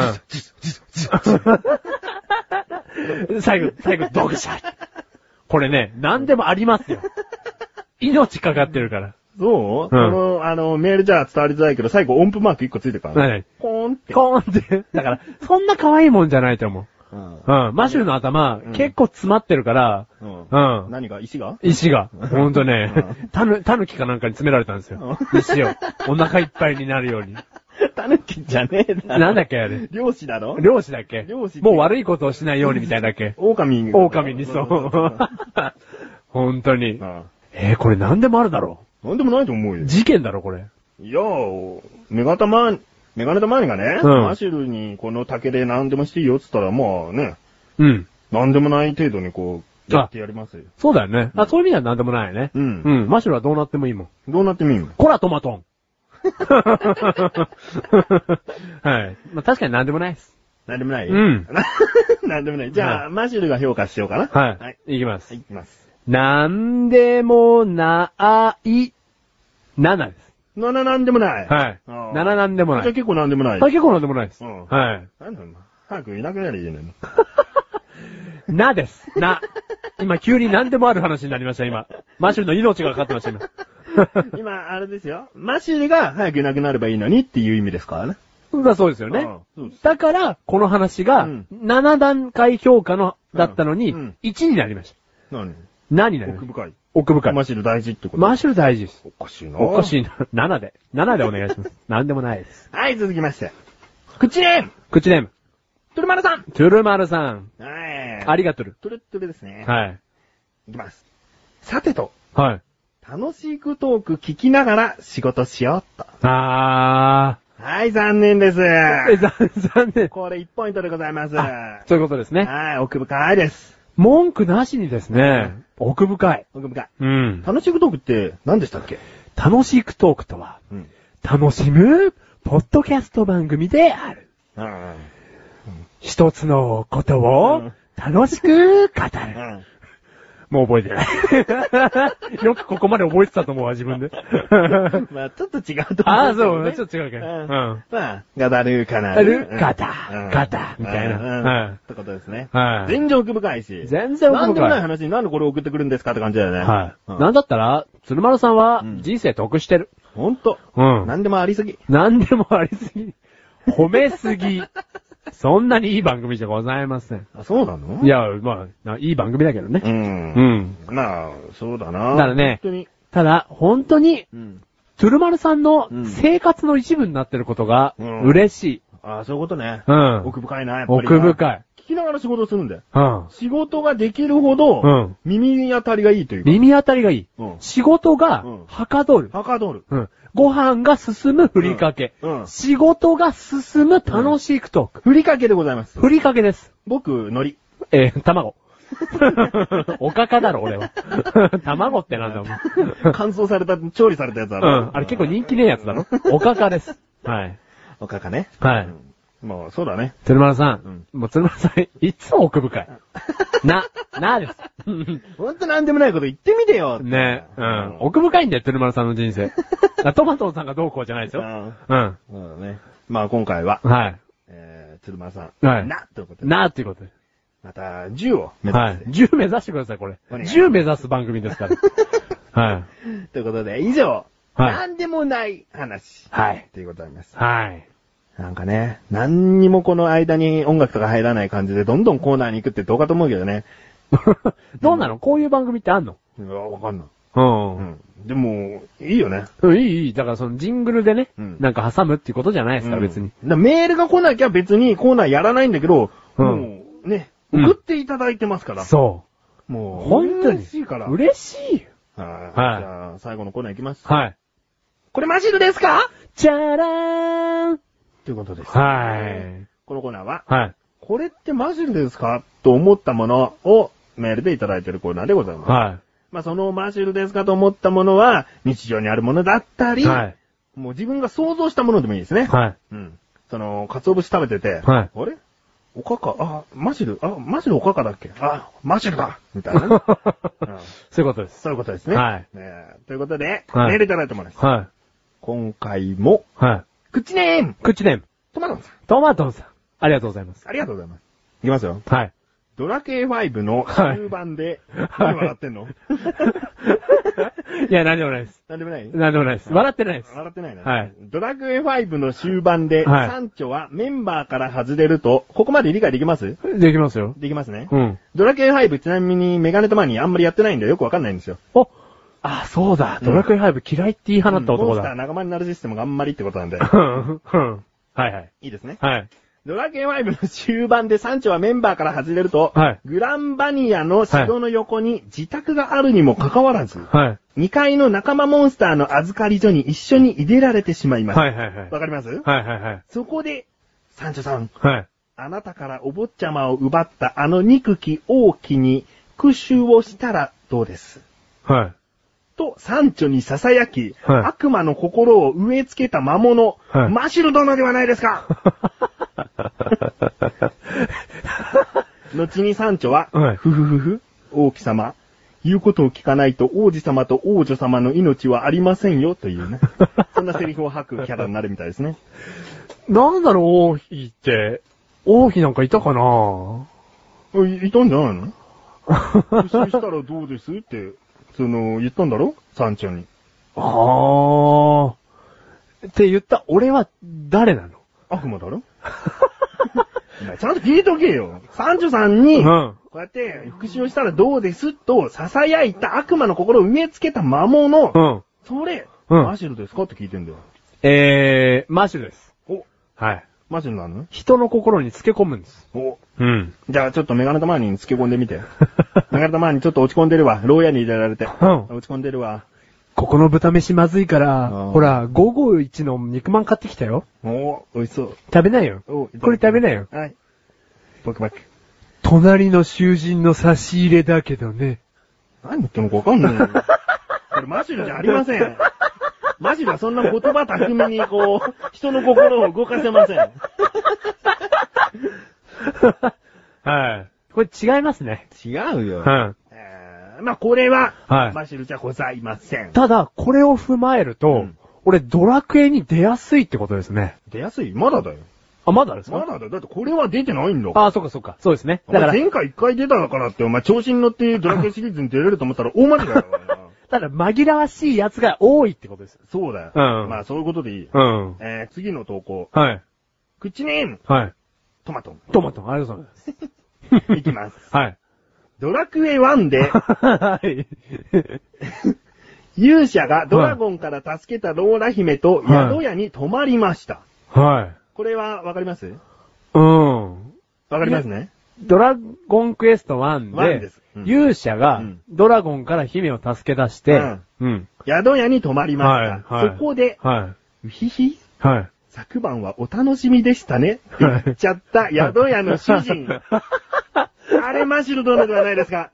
うん。最後、最後、ドグサこれね、何でもありますよ。命かかってるから。 そう、うん、この、あの、メールじゃ伝わりづらいけど、最後音符マークいっこついてるから、ね。 はい。 コーンって。 コーンって。だから、そんな可愛いもんじゃないと思う。うん。うん。マシュルの頭、うん、結構詰まってるから、うん。うん。 何が石が石が。ほんとね、たぬ、たぬきかなんかに詰められたんですよ。石を。お腹いっぱいになるように。 たぬきじゃねえな。 なんだっけあれ。 漁師だろ漁師だっけ漁師。 もう悪いことをしないようにみたいだっけ狼に。 狼にそう。ほんとに。えー、これ何でもあるだろう。なんでもないと思うよ。 事件だろ、これ。 いやー、メガタマー、メガネタマーニがね、うん、マシュルにこの竹で何でもしていいよって言ったら、まあね。 うん。 何でもない程度にこう、やってやりますよ。 そうだよね。うん、あ、そういう意味では何でもないよね。うん。うん。マシュルはどうなってもいいもん。 どうなってもいいもん。 コラトマトン。はい。まあ確かに何でもないです。 何でもない？ うん。 何でもない。じゃあ、はい、マシュルが評価しようかな。 はい。はい。いきます。 はい、いきます。 なんでもない、ななです。 なななんでもない。 はい。なななんでもない。 じゃあ結構なんでもない。 あ、結構なんでもないです。 うん。 はい。 なんだろうな。早くいなくなりゃいいのに。 なです。な。今急に何でもある話になりました、今。マシュルの命がかかってました、今。 今、あれですよ。マシュルが早くいなくなればいいのにっていう意味ですからね。 まあそうですよね。だから、この話が、なな段階評価のだったのに、 うん、 いちになりました。 何何になりました？ 奥深い。 奥深い。 マシル大事ってこと？ マシル大事です。 おかしいな。 おかしいな。ななで。ななでお願いします。なんでもないです。 はい、続きまして。口ネーム口ネーム。 トゥルマルさん。 トゥルマルさん。 はい。 ありがとる。 トゥルトゥルですね。 はい。 いきます。さてと。 はい。 楽しくトーク聞きながら仕事しようと。 あー。はい、残念です。 え、残、残念。 これいちポイントでございます。 そういうことですね。 はい、奥深いです。 文句なしにですね、奥深い。 奥深い。 うん。 楽しくトークって何でしたっけ？ 楽しくトークとは、 うん、 楽しむ、ポッドキャスト番組である。 うんうん、 一つのことを楽しく語る。 うんもう覚えてない。よくここまで覚えてたと思うわ、自分で。 まあ、ちょっと違うと思う、ね。 ああ、そう、ちょっと違うけど。うん。 まあ、ガダルーかな。 ル、ガタ、ガタ、みたいな。 うん。ってことですね。 はい。 全然奥深いし。 全然奥深い。 なんでもない話になんでこれ送ってくるんですかって感じだよね。 はい。なんだったら、鶴丸さんは人生得してる。 ほんと。 うん。 なんでもありすぎ。 なんでもありすぎ。褒めすぎ。そんなにいい番組じゃございません。 あ、そうなの？ いや、まあ、いい番組だけどね。 うん。うん。まあ、そうだな。 だからね、 本当にただ、本当に、 うん、 トゥルマルさんの生活の一部になってることが、嬉しい。 うん、ああ、そういうことね。 うん。 奥深いな、やっぱり。 奥深い。 聞きながら仕事するんだよ。 うん。 仕事ができるほど、うん。耳当たりがいいというか。 耳当たりがいい。 うん。 仕事が、はかどる。 はかどる。 うん。ご飯が進むふりかけ。 うん。うん、 仕事が進む楽しくトーク。 ふりかけでございます。 ふりかけです。 僕、海苔。 えー、卵。おかかだろ、俺は。卵ってなんだもん。 乾燥された、調理されたやつだろ。 ろ。 うん。あれ結構人気ねえやつだろ。おかかです。はい。 おかかね。 はい。 もう、そうだね。 鶴丸さん。うん、もう鶴丸さん、いつも奥深い。な、なです。 ほんとなんでもないこと言ってみてよ。 ね。うん。奥深いんだよ、鶴丸さんの人生。トマトさんがどうこうじゃないですよ。うん。うん。 そうだね。まあ今回は。 はい。 えー、鶴丸さん。 はい。 な、ということで。 な、ということで。 また、じゅうを目指して。 はい。じゅう目指してください、これ。じゅう目指す番組ですから。はい。 ということで、以上。 はい。 なんでもない話。 はい。 ということになります。 はい。 なんかね、何にもこの間に音楽とか入らない感じでどんどんコーナーに行くってどうかと思うけどね。 どうなの、うん、こういう番組ってあんの？ いや、わかんない。 うん。うん。 でも、いいよね。 うん、いい、いい。だからそのジングルでね、うん、なんか挟むっていうことじゃないですか、うん、別に。 だメールが来なきゃ別にコーナーやらないんだけど、うん、もうね、送っていただいてますから。うん、 そう。 もう、 本当に嬉しいから。 嬉しいよ。 はい。 はい。 じゃあ、最後のコーナーいきます。 はい。 これマジルですか？ じゃらーんということです。 はい。 このコーナーは、 はい。 これってマジルですかと思ったものをメールでいただいているコーナーでございます。 はい。 まあ、そのマジルですかと思ったものは、日常にあるものだったり、はい。もう自分が想像したものでもいいですね。 はい。 うん。その、鰹節食べてて、 はい。 あれおかか、あ、マジル、あ、マジルおかかだっけあ、マジルだみたいな、ねうん。 そういうことです。 そういうことですね。 はい。 ねということで、 はい、 メールいただいてもらいます。 はい。 今回も、 はい。 口ネーム口ネームトマトンさん。 トマトンさん。ありがとうございます。 ありがとうございます。いきますよ。 はい。 ドラケイファイブの終盤で、はい、何笑ってんのいや、なんでもないです。 なんでもないなんでもないです。笑ってないです。 笑ってないな。 はい。 ドラクエファイブの終盤で、はい、サンチョはメンバーから外れると、ここまで理解できます？ できますよ。 できますね。 うん。 ドラクエファイブちなみにメガネとマニーあんまりやってないんでよくわかんないんですよ。 おあ、そうだ。ドラクエファイブ嫌いって言い放った男だ。 モンスター仲間になるシステムがあんまりってことなんで。 うん。うん。はいはい。 いいですね。 はい。 ドラクエファイブの終盤でサンチョはメンバーから外れると、はい、グランバニアの城の横に自宅があるにもかかわらず、はい、にかいの仲間モンスターの預かり所に一緒に入れられてしまいます。 はいはいはい。 わかります？ はいはいはい。 そこで、サンチョさん、 はい、 あなたからお坊ちゃまを奪ったあの憎き王妃に復讐をしたらどうです？ はい。 と、サンチョに囁き、はい、悪魔の心を植え付けた魔物、はい、マシル殿ではないですか後にサンチョは、はい、ふふふふ、王妃様、言うことを聞かないと王子様と王女様の命はありませんよ、というね。そんなセリフを吐くキャラになるみたいですね。 なんだろう、王妃って。王妃なんかいたかないいたんじゃないの復讐したらどうですって、その、言ったんだろサンチョに。 あー。って言った俺は誰なの？ 悪魔だろちゃんと聞いとけよ。三女さんに、うん、こうやって復讐したらどうですと、囁いた悪魔の心を植え付けた魔物。うん、それ、うん、マシュルですかって聞いてんだよ。 えー、マシュルです。お。はい。 マシュルなの？ 人の心につけ込むんです。お。うん。 じゃあちょっとメガネたまにつけ込んでみて。メガネたまにちょっと落ち込んでるわ。牢屋に入れられて。うん。落ち込んでるわ。 ここの豚飯まずいから、ほら、ごーごーいちの肉まん買ってきたよ。 おー、美味しそう。 食べないよ。これ食べないよ。 はい。バクバク。 隣の囚人の差し入れだけどね。 何言ってんのかわかんないよ。これマシュルじゃありません。マシュルはそんな言葉巧みにこう、人の心を動かせません。 はい。これ違いますね。 違うよ。 うん。 まあ、これは、はい、マシュルじゃございません。 ただ、これを踏まえると、うん、俺、ドラクエに出やすいってことですね。 出やすい？まだだよ。 あ、まだですか？ まだだよ。だってこれは出てないんだ。 ああ、そうかそうか。そうですね。 だから、前回一回出たのかなって、お前調子に乗ってドラクエシリーズに出れると思ったら大間違いだからな。 ただ、紛らわしいやつが多いってことです。 そうだよ。 うん。 まあ、そういうことでいい。 うん。 えー、次の投稿。 はい。 口ネーム。 はい。 トマトン。 トマトン、ありがとうございます。 いきます。 はい。 ドラクエワンで、はい。勇者がドラゴンから助けたローラ姫と宿屋に泊まりました。 はい。 これはわかります？ うん。 わかりますね。 ドラゴンクエストワンで、ワンです。うん、勇者がドラゴンから姫を助け出して、うん。うん、宿屋に泊まりました。はいはい、そこで、はい。ひひはい。昨晩はお楽しみでしたね。って言っちゃった宿屋の主人。あれマシュル殿ではないですか。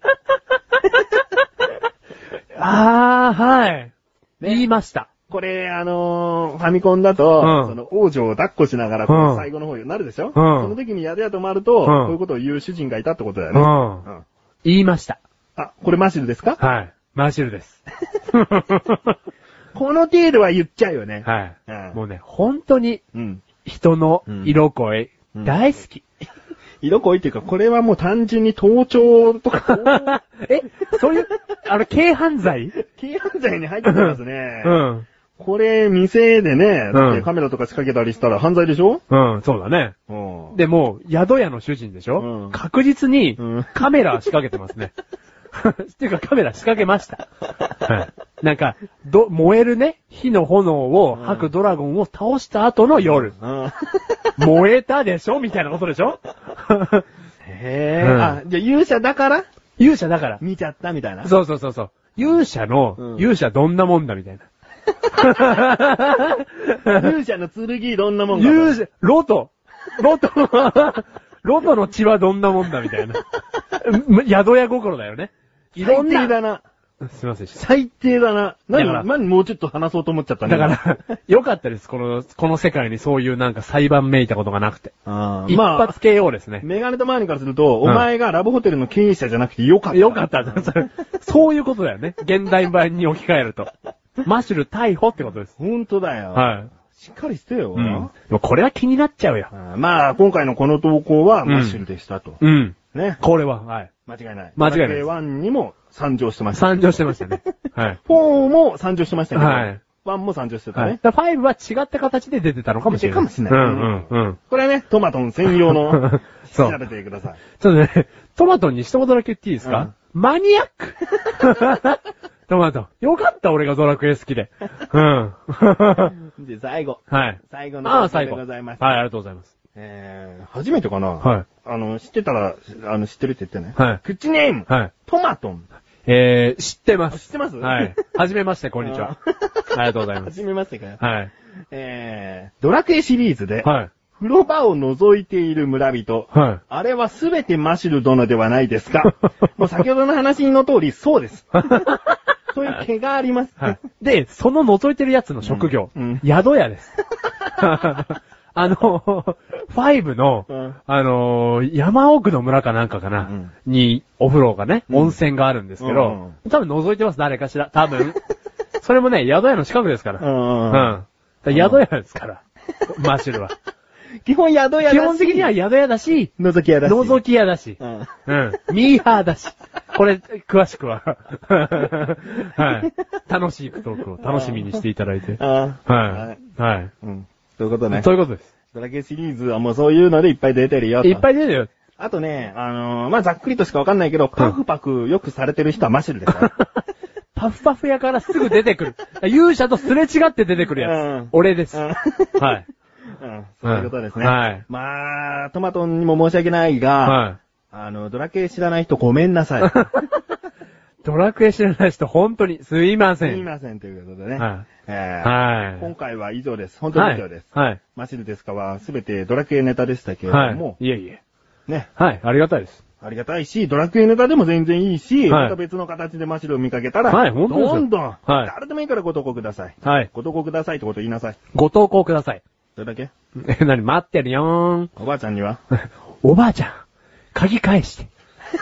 あー、はい。ね、言いました。 これ、あのー、ファミコンだと、うん、その王女を抱っこしながら、この最後の方になるでしょ、うん、その時に宿屋泊まると、うん、こういうことを言う主人がいたってことだよね。うんうん、言いました。 あ、これマシュルですか？ はい。マシュルです。 この程度は言っちゃうよね。 はい。うん、もうね、本当に、人の色恋、うん、大好き。 色恋っていうか、これはもう単純に盗聴とか。 えそういう、あの、軽犯罪軽犯罪に入ってますね。うん。これ、店でね、だってカメラとか仕掛けたりしたら犯罪でしょ？ うん、そうだね。うん。でも、宿屋の主人でしょ？うん。確実に、カメラ仕掛けてますね。っていうかカメラ仕掛けました。はい。なんか、ど、燃えるね、火の炎を吐くドラゴンを倒した後の夜。うん、燃えたでしょみたいなことでしょへぇー、うん。あ、じゃあ勇者だから勇者だから。 見ちゃったみたいな。 そうそうそうそう。勇者の、うん、勇者どんなもんだみたいな。 勇者の剣どんなもんだ勇者、ロト。ロト。ロトの血はどんなもんだみたいな。宿屋心だよね。 最低だな。 すいません。 最低だな。何、何もうちょっと話そうと思っちゃったね。 だから、よかったです。この、この世界にそういうなんか裁判めいたことがなくて。あ一発 ケーオー ですね。 メガネとマーニからすると、お前がラブホテルの経営者じゃなくてよかった。 よかった。そういうことだよね。現代版に置き換えると。マシュル逮捕ってことです。 ほんとだよ。 はい。 しっかりしてよ。 うん。もうこれは気になっちゃうよ。 まあ、今回のこの投稿はマッシュルでしたと。 うん。 ね。 これは、はい。 間違いない。 間違いない。 ワンにも参上してました。 参上してましたね。はい。 フォーも参上してましたけど。 はい。 ワンも参上してたね。はい。 ファイブは違った形で出てたのかもしれない。 かもしれない。 うんうんうん。 これはね、トマトン専用の、調べてください。 そうね。トマトンに一言だけ言っていいですか？マニアックトマト。よかった、俺がドラクエ好きで。うん。 で、最後。 はい。 最後のああ、最後でございます。 はい、ありがとうございます。 えー、初めてかな？ はい。 あの、知ってたら、あの、知ってるって言ってね。 はい。 口ネーム。 はい。 トマトン。 えー、知ってます。 知ってますはい。はじめまして、こんにちは。ありがとうございます。 はじめましてかよ。 はい。 えー、ドラクエシリーズで、 はい。 風呂場を覗いている村人。 はい。 あれはすべてマシュル殿ではないですか？もう先ほどの話の通り、そうです。そういう毛があります。 はい。で、その覗いてるやつの職業、うんうん、宿屋です。あの、ファイブの、うん、あのー、山奥の村かなんかかな、うん、に、お風呂がね、温泉があるんですけど、うんうん、多分覗いてます、誰かしら。多分。それもね、宿屋の近くですから。うんうんうん、宿屋ですから。マッシュルは。 基本宿屋だし。 基本的には宿屋だし、 覗き屋だし。 覗き屋だし。うん。うん。ミーハーだし。これ、詳しくは。はい。楽しいトークを楽しみにしていただいて。 ああ。 はい。はい。 うん。そういうことね。 そういうことです。 ドラクエシリーズはもうそういうのでいっぱい出てるよと。 いっぱい出てるよ。 あとね、あのー、まあ、ざっくりとしかわかんないけど、パフパフよくされてる人はマシルですから。 パフパフ屋からすぐ出てくる。勇者とすれ違って出てくるやつ。うん、俺です。うん、はい。 うん、そういうことですね。 はい。 まあ、トマトンにも申し訳ないが、はい。あの、ドラクエ知らない人ごめんなさい。 ドラクエ知らない人本当にすいません。 すいませんということでね。はい。 えー、はい。 今回は以上です。本当に以上です。 はい。はい、 マシルですかはすべてドラクエネタでしたけれども。 はい。いえいえ。 ね。 はい。ありがたいです。 ありがたいし、ドラクエネタでも全然いいし、はい、また別の形でマシルを見かけたら、はい、本当ですどんどん、はい、誰でもいいからご投稿ください。はい。ご投稿くださいってこと言いなさい。 ご投稿ください。 それだけえ、なに、待ってるよーん。 おばあちゃんにはおばあちゃん、鍵返して。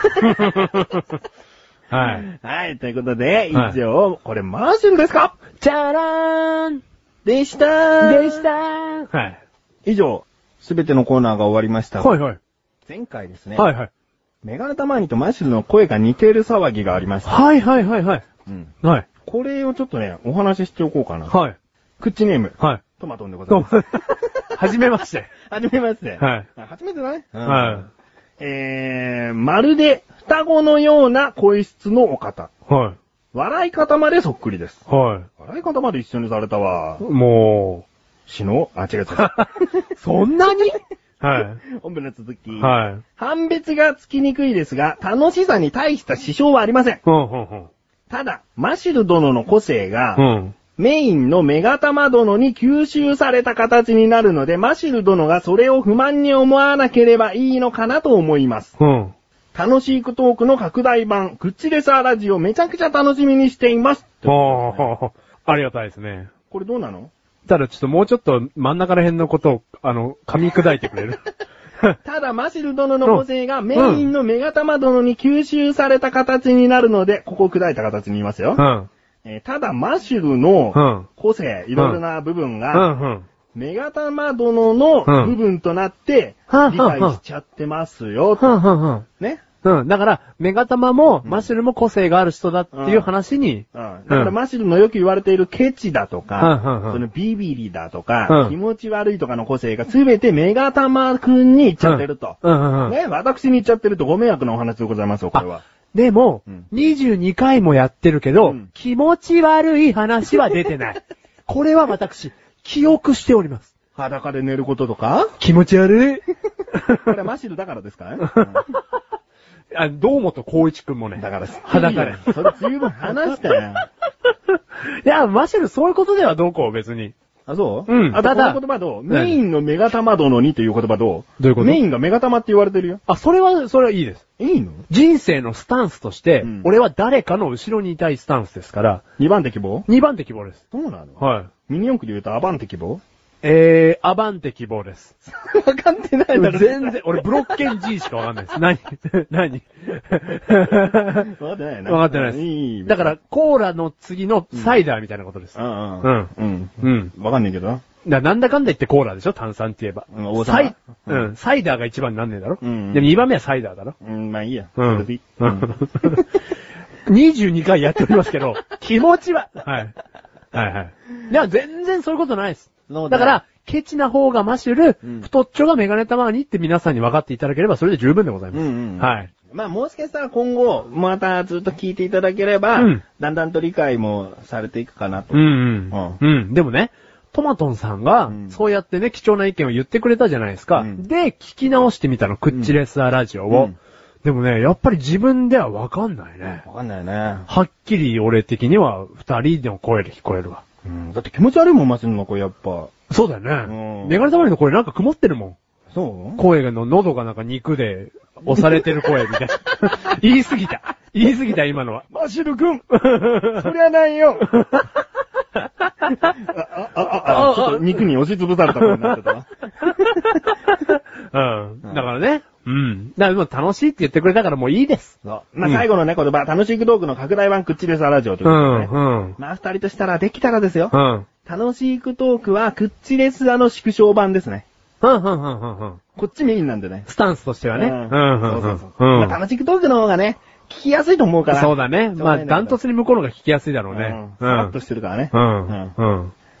はい。 はい、ということで、以上、はい、これマーシュルですかじゃらーんでしたーでしたーはい。 以上、すべてのコーナーが終わりました。 はいはい。 前回ですね。 はいはい。 メガネタマーニとマーシュルの声が似ている騒ぎがありました。 はいはいはいはい。うん。はい。 これをちょっとね、お話ししておこうかな。 はい。 クッチネーム。 はい。 トマトンでございます。 はじめまして。 はじめまして。 はい。 初めてだね。 はい。 えー、まるで双子のような声質のお方。 はい。 笑い方までそっくりです。 はい。 笑い方まで一緒にされたわ。 もう、死のあ、違う違う。 そんなにはい。 本文の続き。 はい。 判別がつきにくいですが、楽しさに大した支障はありません。 うんうんうん、 ただ、マシル殿の個性が、 うん、 メインのメガタマ殿に吸収された形になるので、マシル殿がそれを不満に思わなければいいのかなと思います。 うん、 楽しいクトークの拡大版、クッチレサーラジオめちゃくちゃ楽しみにしています。 ね、ありがたいですね。 これどうなの？ ただちょっともうちょっと真ん中ら辺のことを、あの、噛み砕いてくれるただ、マシル殿の個性がメインのメガタマ殿に吸収された形になるので、ここを砕いた形に言いますよ。 うんえー、ただ、マシュルの個性、うん、いろいろな部分が、 うんうん、 メガタマ殿の部分となって、理解しちゃってますよ。 うんうんうん、 ね。 うん。だから、メガタマも、マシュルも個性がある人だっていう話に。 うん。うん、だから、マシュルのよく言われているケチだとか、 うんうんうん、 そのビビリだとか、うん、気持ち悪いとかの個性がすべてメガタマくんに言っちゃってると。 うんうんうん、 ね。私に言っちゃってるとご迷惑なお話でございますよ、これは。 でも、うん、にじゅうにかいもやってるけど、うん、気持ち悪い話は出てない。これは私、記憶しております。 裸で寝ることとか気持ち悪い。 これはマシルだからですかね、うんあ、堂本光一くんもね。 だから、 裸で。 それ十分話したよ。 いや、マシルそういうことではどうこう別に。 あ、そううん。 あと、この言葉どうメインのメガタマ殿にという言葉どうどういうことメインがメガタマって言われてるよ。 あ、それは、それはいいです。 いいの人生のスタンスとして、うん、俺は誰かの後ろにいたいスタンスですから。 にばん手希望 ? に 番手希望です。 そうなのはい。 ミニ四駆で言うとアバン手希望えー、アバンテ希望です。 わかってないだろ。 全然、俺ブロッケン G しかわかんないです。何何わかってないな。 わかってないです。 いいだから、コーラの次のサイダーみたいなことです。 うん。うん。 うん。 うん。 うん。 わかんないけどな。 だなんだかんだ言ってコーラでしょ炭酸って言えば。 うん、 サイ、うん、サイダーが一番になんねえだろうん。 で、二番目はサイダーだろうん、まあいいや。 うん。うん。にじゅうにかいやっておりますけど、気持ちは。はい。はいはい。いや、全然そういうことないです。だから、ケチな方がマシュル、うん、太っちょがメガネたまにって皆さんに分かっていただければそれで十分でございます。うんうん、はい。 まあもしかしたら今後、またずっと聞いていただければ、うん、だんだんと理解もされていくかなと。 うんうん。うん。うん、でもね、トマトンさんが、そうやってね、貴重な意見を言ってくれたじゃないですか。うん、で、聞き直してみたの、クッチレスアラジオを。うん、でもね、やっぱり自分では分かんないね。 分かんないね。 はっきり俺的には二人の声で聞こえるわ。 うん、だって気持ち悪いもん、マシンの声やっぱ。 そうだよね。メガネたまりの声なんか曇ってるもん。 そう声の喉がなんか肉で押されてる声みたいな。言い過ぎた。言い過ぎた今のは。 マシル君そりゃないよあ、あ、あ、あ、ちょっと肉に押しつぶされた声になってたわ。 うん。だからね。うん。だからもう楽しいって言ってくれたからもういいです。 そう。まあ、最後のね、言葉、楽しいトークの拡大版クッチレスアラジオということでね。うん、うん。まあ、二人としたらできたらですよ。うん。楽しいトークはクッチレスアの縮小版ですね。 うん、うん、うん、うん、うん。 こっちメインなんでね。 スタンスとしてはね。うん、うん、うん。そうそうそう。まあ、楽しいトークの方がね、聞きやすいと思うから。 そうだね。まあ、ダントツに向こうのが聞きやすいだろうね。 うん。さらっとしてるからね。 うん。うん。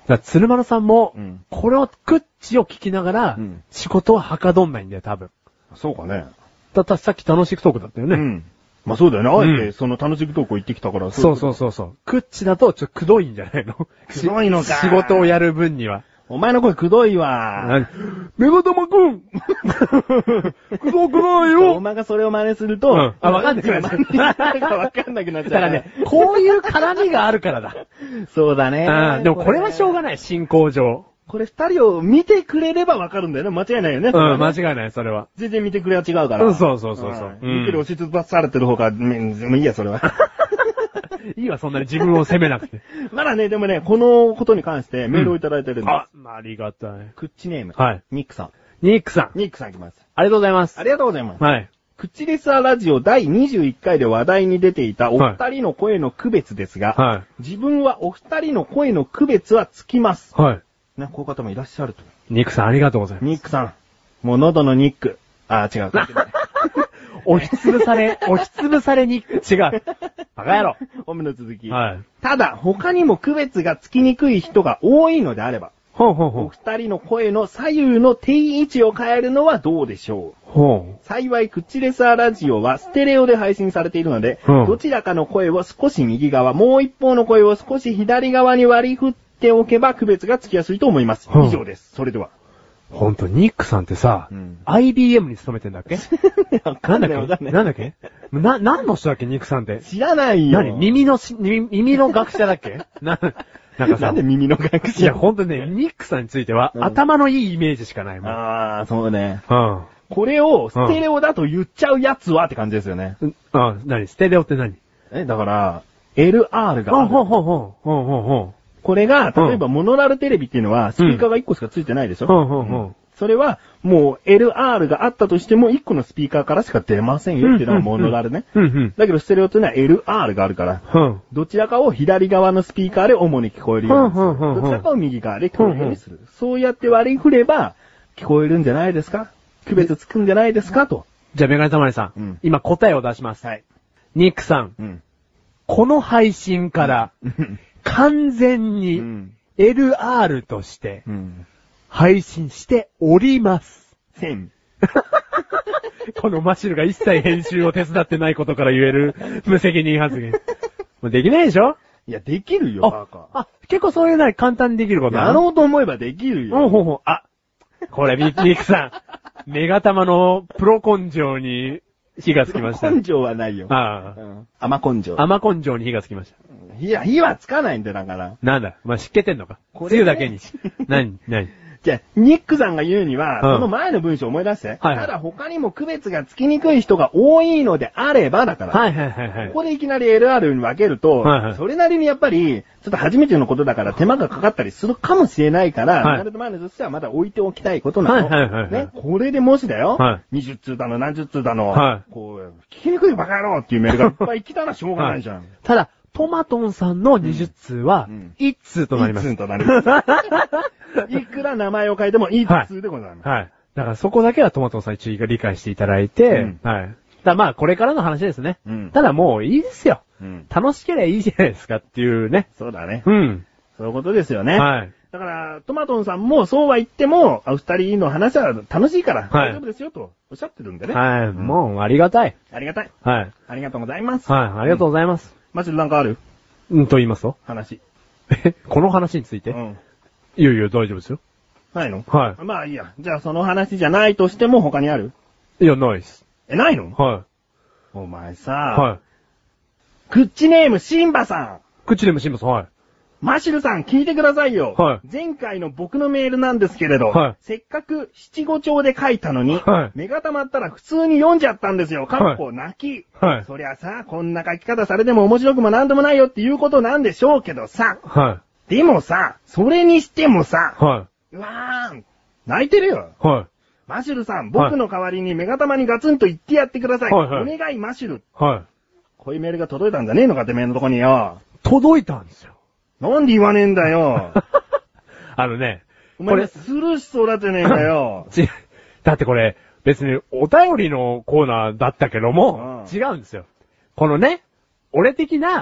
だ鶴丸さんも、 うん、 これを、クッチを聞きながら、うん、仕事ははかどんないんだよ、多分。 そうかね。 だったらさっき楽しくトークだったよね。うん。 まあそうだよね。あえて、その楽しくトークを言ってきたから。 そうそうそうそう。クッチだと、ちょっとくどいんじゃないの？くどいのか。 仕事をやる分には。 お前の声くどいわ。 メガタマくんくどくないよ。 お前がそれを真似すると、うん、 あ、わかんなくなっちゃう。 誰かわかんなくなっちゃう。 だからね、こういう絡みがあるからだ。 そうだね。 うん。でもこれはしょうがない、進行上。 これ二人を見てくれればわかるんだよね。間違いないよね。 うん、間違いない、それは。 全然見てくれは違うから。 うん、そうそうそうそう。 ゆっくり押しつばされてる方が、もういいや、それは。 いいわ、そんなに自分を責めなくて。 まだね、でもね、このことに関してメールをいただいてるんです。 うん、あ、ありがたい。 クッチネーム。 はい。 ニックさん。 ニックさん。 ニックさん来ます。 ありがとうございます。 ありがとうございます。 はい。 クッチレスアラジオだいにじゅういっかいで話題に出ていたお二人の声の区別ですが、はい、自分はお二人の声の区別はつきます。 はい。 ね、こういう方もいらっしゃると。 ニックさんありがとうございます。 ニックさん。もう喉のニック。あー、違う。 押しつぶされ、押しつぶされニック。違う。バカ野郎。 本文の続き。 はい。 ただ、他にも区別がつきにくい人が多いのであれば、 ほうほうほう。 お二人の声の左右の定位置を変えるのはどうでしょう。 ほう。 幸い、クッチレスアラジオはステレオで配信されているので、うん、どちらかの声を少し右側、もう一方の声を少し左側に割り振っておけば区別がつきやすいと思います。うん、以上です。それでは。 ほんと、ニックさんってさ、うん、アイビーエム に勤めてんだっけなんだっけなんだっけな、何の人だっけニックさんって。 知らないよ。 何耳のし、耳、耳の学者だっけな、なんかさ。 なんで耳の学者いや、ほんとね、ニックさんについては、うん、頭のいいイメージしかないもん。 ああ、そうね。 うん。 これをステレオだと言っちゃうやつはって感じですよね。 うん。あ、何ステレオって何え、だから、エルアール がある。 ほうほうほうほう。ほうほうほう。 これが、例えばモノラルテレビっていうのは、スピーカーがいっこしかついてないでしょ、 ほうほうほう。 それは、もう エルアール があったとしてもいっこのスピーカーからしか出ませんよっていうのがモノラルね。 うんうん、 だけどステレオっていうのは エルアール があるから、うん、どちらかを左側のスピーカーで主に聞こえるようにする。うんうんうん、どちらかを右側で聞こえるようにする。うんうん、そうやって割り振れば、聞こえるんじゃないですか？区別つくんじゃないですかと。 じゃあ、メガネたまりさん、うん、今答えを出します。 はい。 ニックさん、うん、この配信から、完全に エルアール として、うん配信しております。 せん。 このマシルが一切編集を手伝ってないことから言える無責任発言。もうできないでしょ？ いや、できるよ、バカ。 あ、結構そういうのは簡単にできることやろうと思えばできるよ。 ほうほうほう。あ、これ、ミックさん。メガタマのプロ根性に火がつきました。 根性はないよ。 ああ。 うん。甘根性。 甘根性に火がつきました。 いや、火はつかないんだよ、だから。 なんだ、まあ、湿気てんのか。これ、ね、梅雨だけに。何何じゃあ、ニックさんが言うには、うん、その前の文章を思い出して。はいはい、ただ他にも区別がつきにくい人が多いのであれば、だから。 はいはいはいはい。 ここでいきなり エルアール に分けると、はいはい、それなりにやっぱり、ちょっと初めてのことだから手間がかかったりするかもしれないから、なると前のとしてはまだ置いておきたいことなの。はいはいはいはい、ね。これでもしだよ。はい、にじゅっつうだの何十通だの。はい、こう、聞きにくいバカ野郎っていうメールがいっぱい来たらしょうがないじゃん。はい、 ただ、トマトンさんのにじゅっつうは、いっつうとなります。 いっつうとなります。いくら名前を変えてもいっつうでございます。 はい。はい、だからそこだけはトマトンさん一応理解していただいて、うん、はい。だまあこれからの話ですね。うん、ただもういいですよ。うん、楽しければいいじゃないですかっていうね。 そうだね。 うん。 そういうことですよね。 はい。 だから、トマトンさんもそうは言っても、二人の話は楽しいから、大丈夫ですよとおっしゃってるんでね。 はい。うん、もうありがたい。 ありがたい。 はい。 ありがとうございます。 はい。ありがとうございます。 マジでなんかある？ うんと言いますと話。 え、この話について？うん。いやいや、大丈夫ですよ。 ないの？ はい。 まあいいや。じゃあその話じゃないとしても他にある？ いや、ないです。 え、ないの？ はい。 お前さ、 はい。 クッチネームシンバさん。 クッチネームシンバさん、はい。 マシルさん聞いてくださいよ。 はい。 前回の僕のメールなんですけれど、はい。せっかく七五調で書いたのに、はい。目が溜まったら普通に読んじゃったんですよ。かっこ泣き。はい。そりゃさ、こんな書き方されても面白くもなんでもないよっていうことなんでしょうけどさ。 はい。 でもさ、それにしてもさ、 はい。 うわーん。泣いてるよ。 はい。 マシュルさん、僕の代わりにメガタマにガツンと言ってやってください。はいはい、お願いマシュル。 はい。 こういうメールが届いたんじゃねえのかってメールのとこによ。 届いたんですよ。 なんで言わねえんだよ。 あのね。 お前これスルーしそうだってねえかよ。 ち、だってこれ、別にお便りのコーナーだったけども、うん、違うんですよ。このね、俺的な、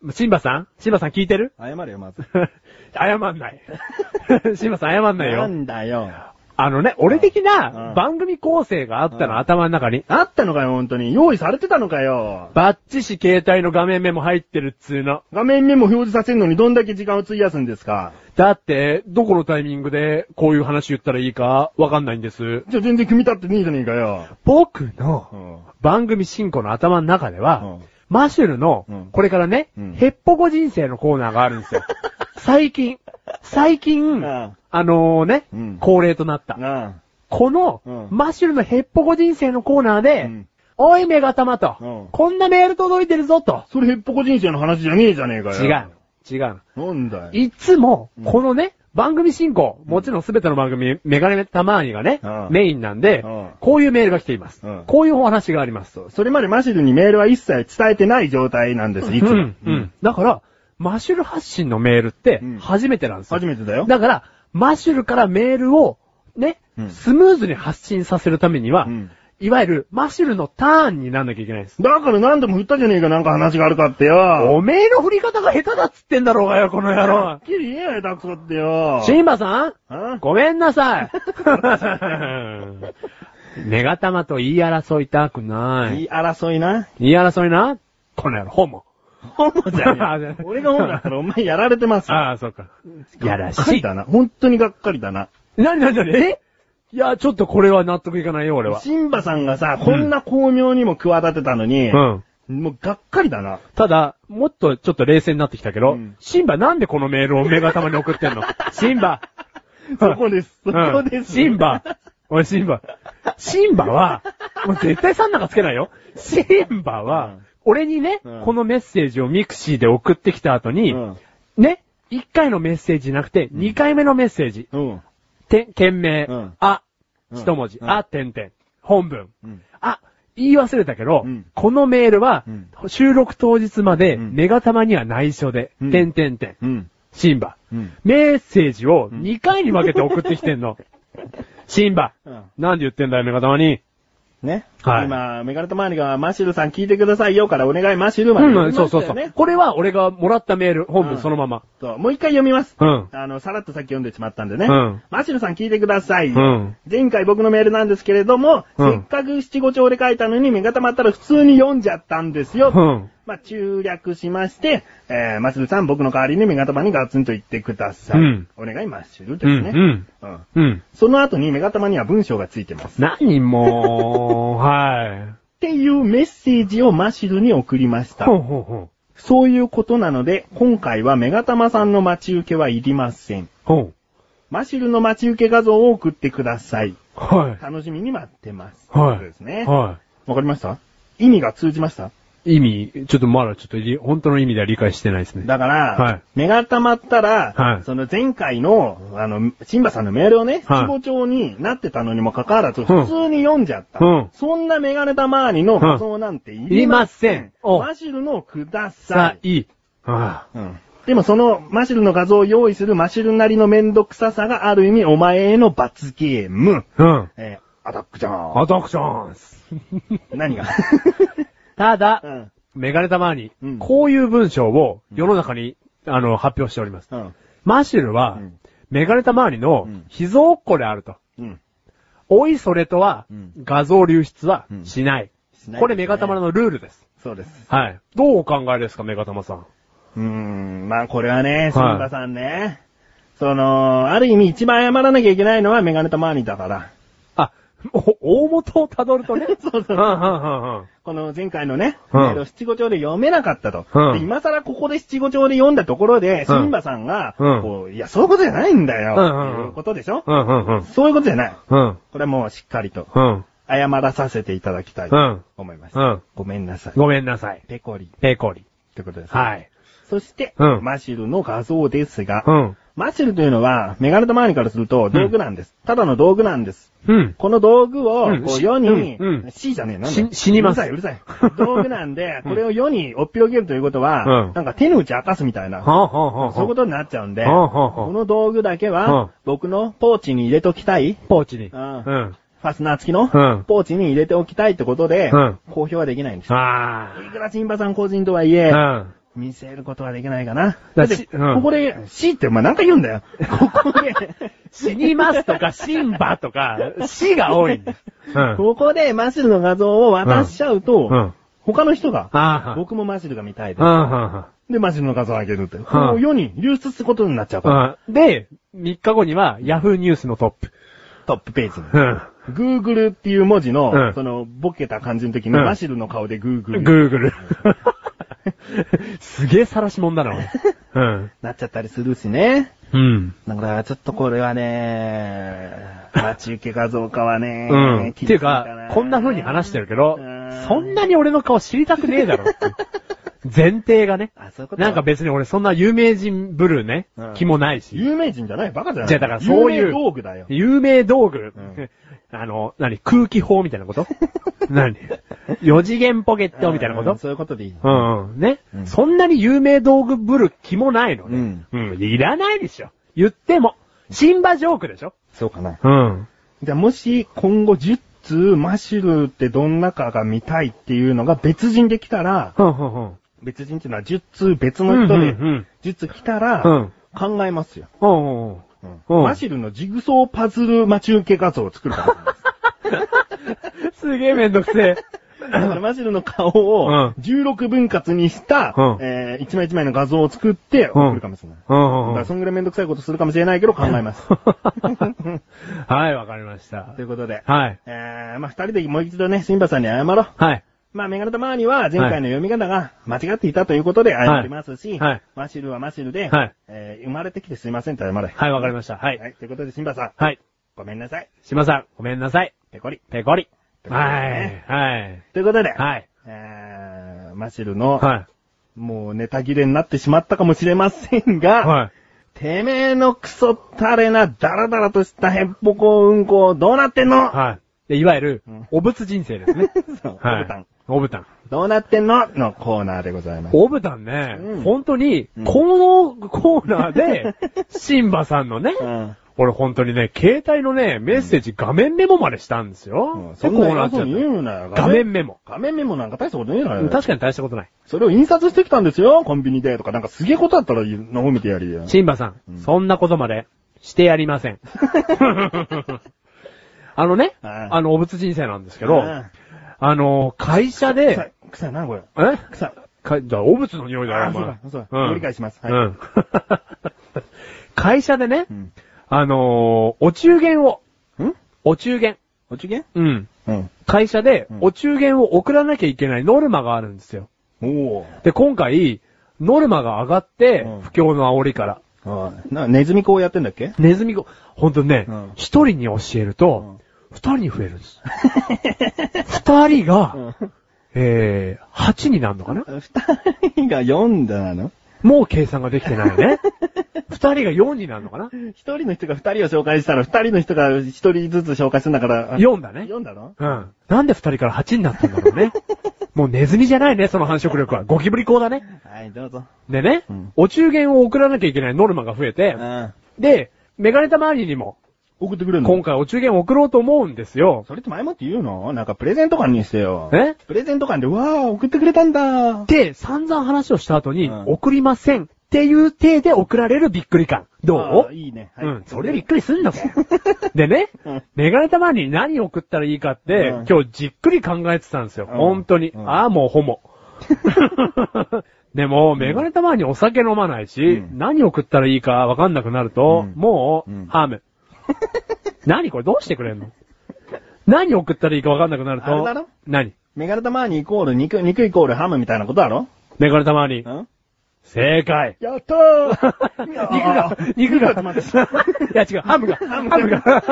シンバさんシンバさん聞いてる？ 謝れよ、まず。 謝んない。シンバさん謝んないよ。 なんだよ。 あのね、俺的な番組構成があったの、頭の中に。 あったのかよ、本当に。用意されてたのかよ。 バッチシ携帯の画面メモ入ってるっつーの。 画面メモ表示させるのにどんだけ時間を費やすんですか？ だって、どこのタイミングでこういう話言ったらいいかわかんないんです。 じゃあ全然組み立ってねえじゃねえかよ。 僕の番組進行の頭の中では、うん、マシュルの、うん、これからね、うん、ヘッポコ人生のコーナーがあるんですよ。最近、最近、あのー、ね、うん、恒例となった。この、うん、マシュルのヘッポコ人生のコーナーで、うん、おいメガタマと、うん、こんなメール届いてるぞと。 それヘッポコ人生の話じゃねえじゃねえかよ。 違う。違う。 なんだよ。 いつも、このね、うん、番組進行、もちろんすべての番組、メガネタマーニがね、うん、メインなんで、うん、こういうメールが来ています、うん。こういうお話があります。 それまでマシュルにメールは一切伝えてない状態なんです、いつも。うん。 うん。だから、マシュル発信のメールって、初めてなんですよ。 初めてだよ。 だから、マシュルからメールを、ね、うん、スムーズに発信させるためには、うん、いわゆるマシュルのターンになんなきゃいけないんです。 だから何度も振ったじゃねえか、なんか話があるかってよ。 おめえの振り方が下手だっつってんだろうがよ、この野郎。 はっきり言えよ、下手くそってよ。 シンバさんごめんなさい。メガタマと言い争いたくない。 言い争いな言い争いなこの野郎、ホモ。 ホモじゃねえ。俺がホモだからお前やられてます。 ああ、そうか。やらしい。 がっかりだな。本当にがっかりだな。 なになになにえいや、ちょっとこれは納得いかないよ、俺は。 シンバさんがさ、こんな巧妙にも企てたのに、うん。もうがっかりだな。 ただ、もっとちょっと冷静になってきたけど、うん、シンバなんでこのメールをメガタマに送ってんのシンバ。 そこです。そこです。 シンバ。おい、シンバ。シンバは、もう絶対さんなんかつけないよ。シンバは、うん俺にね、うん、このメッセージをミクシーで送ってきた後に、うん、ね、いっかいのメッセージじゃなくて、にかいめのメッセージ。うん、て、件名、うん、あ、一文字、うん、あ、点々、本文、うん。あ、言い忘れたけど、うん、このメールは、うん、収録当日まで、メガタマには内緒で、うん、点々点、うん、シンバ、うん。メッセージをにかいに分けて送ってきてんの。シンバ、うん、なんで言ってんだよ、メガタマに。 ね。はい。今、メガネタマーニがマシルさん聞いてくださいよからお願いマシルまで、ね。 うん、そうそうそう。これは俺がもらったメール、本文そのまま。 そう、もう一回読みます。 うん。 あの、さらっとさっき読んでしまったんでね。うん。マシルさん聞いてくださいよ。うん。前回僕のメールなんですけれども、うん、せっかく七五調で書いたのにメガタマったら普通に読んじゃったんですよ。うん。まあ、中略しまして、えー、マシルさん僕の代わりにメガタマにガツンと言ってください。うん。お願いマシルですね。うん。うん。うん。うん。その後にメガタマには文章がついてます。 何もう、はい。 っていうメッセージをマシルに送りました。ほうほうほう。そういうことなので、今回はメガタマさんの待ち受けはいりません。ほう。マシルの待ち受け画像を送ってください。はい。楽しみに待ってます。はい。そうですね。はい。わかりました？意味が通じました？ 意味、ちょっとまだちょっと本当の意味では理解してないですね。 だから、はい、目が溜まったら、はい、その前回の、あの、シンバさんのメールをね、七五調になってたのにもかかわらず、普通に読んじゃった。うん、そんなメガネたまわりの画像なんていりません。うん、マシルのください。いい。はあうん、でもそのマシルの画像を用意するマシルなりのめんどくささがある意味お前への罰ゲーム。うん、えー、アタックチャンス。 アタックチャンス。 何がただ、うん、メガネたまに、うん、こういう文章を世の中に、うん、あの、発表しております。うん、マシルは、うん、メガネたまにの秘蔵っ子であると。うん、おいそれとは、うん、画像流出はしない。うん、これメガタマのルールです。 そうです。 はい。どうお考えですか、メガタマさん。 うーん、まあこれはね、シンバさんね、はい、その、ある意味一番謝らなきゃいけないのはメガネたまにだから。 大元を辿るとね。 そうそう。この前回のね、うん、七五調で読めなかったと。うん、で今更ここで七五調で読んだところで、シンバさんが、うん、こういや、そういうことじゃないんだよ。うんうんうん、いうことでしょ、うんうんうん、そういうことじゃない。うん、これはもうしっかりと、うん、謝らさせていただきたいと思います、うんうん。ごめんなさい。 ごめんなさい。 ペコリ。 ペコリ。 ってことですね。 はい。 そして、うん、マシルの画像ですが、うん、マシルというのは、メガネと周りからすると道具なんです。うん、ただの道具なんです。うん、この道具を、こう世に、うんうん、C じゃねえ、なんだよ。 死にます。 うるさい、うるさい。道具なんで、これを世におっぴろげるということは、うん、なんか手の内明かすみたいな、うん、そういうことになっちゃうんで、うん、この道具だけは、僕のポーチに入れときたい。 ポーチに。 うんうんファスナー付きの、ポーチに入れておきたいってことで、うん、公表はできないんです。あいくらチンバさん個人とはいえ、うん、 見せることはできないかな。 だだって、うん、ここで、死ってお前何回言うんだよ。ここで、 死にますとか、シンバとか、死が多いんだよ。 うん、ここでマシルの画像を渡しちゃうと、うんうん、他の人が、僕もマシルが見たいです。で、マシルの画像を上げるって。こう世に流出することになっちゃうから。 で、みっかごには、ヤフーニュースのトップ。 トップページに。うん、Google っていう文字の、うん、その、ボケた感じの時に、うん、マシルの顔で Google。 Google。すげえ晒しもんだな、俺。うん。 なっちゃったりするしね。 うん。 だから、ちょっとこれはね、待ち受け画像化はね、 うん。っていうか、こんな風に話してるけど、そんなに俺の顔知りたくねえだろって。前提がね。あ、そういうことなんか別に俺そんな有名人ぶるね、うん、気もないし。 有名人じゃないバカじゃない。 じゃあだからそういう。 有名道具だよ。 有名道具。うん、あの、何空気砲みたいなこと何四次元ポケットみたいなこと、 うん、そういうことでいい。 うんうん。ね、うん、そんなに有名道具ぶる気もないのね。うん。うん。いらないでしょ。言っても。シンバジョークでしょ。 そうかな。 うん。 じゃあもし今後じゅっつうマシュルってどんなかが見たいっていうのが別人できたら、 うんうんうん、 別人っていうのはじゅっつう別の人でじゅっつ来たら、考えますよ。 うんうんうんうん、マシルのジグソーパズル待ち受け画像を作るから。 すげえめんどくせえ。 だからマシルの顔をじゅうろくぶん割にした、うんえー、いちまいいちまいの画像を作って送るかもしれない。うんうん、だからそんぐらいめんどくさいことするかもしれないけど考えます。 はい、わかりました。 ということで。 はい。 えー、まあ、二人でもう一度ね、シンバさんに謝ろう。 はい。 まあ、メガネタマーニは前回の読み方が間違っていたということで謝りますし、 はいはい、 マシルはマシルで、 はいえー、生まれてきてすいませんと謝れ。 はい、わかりました。はい。 はい、ということで、シンバさん。 はい。 ごめんなさい。 シンバさん、ごめんなさい。 ペコリ。 ペコリ。 ね、 はい。はい。 ということで、 はい。 えー、マシルの、 はい。 もうネタ切れになってしまったかもしれませんが、 はい。 てめえのクソったれなダラダラとしたヘッポコうんこどうなってんの？ はい。いわゆる、うん、お仏人生ですね。 そう、はい、おぶたん。 おぶたん。 どうなってんののコーナーでございます。 おぶたんね、うん、本当に、このコーナーで、シンバさんのね、うん、俺本当にね、携帯のね、メッセージ画面メモまでしたんですよ。 うん、そんなこと言うなよ。 画面メモ。 画面メモなんか大したことねえなよ。 確かに大したことない。 それを印刷してきたんですよ、コンビニでとか、なんかすげえことあったら褒めてやりよ。 シンバさん、うん、そんなことまでしてやりません。あのね、あの、お仏人生なんですけど、あの、会社で、 臭いな、これ。 え臭い。 か、じゃあ、お仏の匂いだよ、 お前。そうそう。うん。ご理解します。はい。うん。 会社でね、うん、あのー、お中元を、 んお中元。 お中元うん。うん。会社で、お中元を送らなきゃいけないノルマがあるんですよ。 おお。 で、今回、ノルマが上がって、うん、不況の煽りから。 ああ。な、ネズミ講やってんだっけ？ ネズミ講。ほんとね、一、うん、人に教えると、二、うん、人に増えるんです。二人が、うん、えー、八になるのかな？ 二人が四だなの？ もう計算ができてないよね。二人が四になるのかな？ 一人の人が二人を紹介したら、二人の人が一人ずつ紹介するんだから。 四だね。 四だろ？ うん。なんで二人から八になったんだろうね。もうネズミじゃないね、その繁殖力は。ゴキブリ講だね。 はい、どうぞ。 でね、うん、お中元を送らなきゃいけないノルマが増えて、うん、で、メガネタ周りにも、 送ってくれるの？ 今回お中元を送ろうと思うんですよ。 それって前もって言うの？なんかプレゼント感にしてよ。 え？ プレゼント感で、わー、送ってくれたんだ。 で、散々話をした後に、うん、送りませんっていう体で送られるびっくり感。どう？いいね。 はい、うん。それでびっくりすんだもん。でね、うん、メガネたまに何送ったらいいかって、うん、今日じっくり考えてたんですよ。うん、本当に。うん、ああ、もうホモ。でも、メガネたまにお酒飲まないし、うん、何送ったらいいかわかんなくなると、うん、もう、うん、ハム。何これどうしてくれんの？何送ったらいいかわかんなくなると、あれだろ？何？ メガネたまにイコール肉、肉イコールハムみたいなことだろ？ メガネたまに。 ん？ 正解。 やったー肉が、肉が。いや違う、ハムが、ハムが。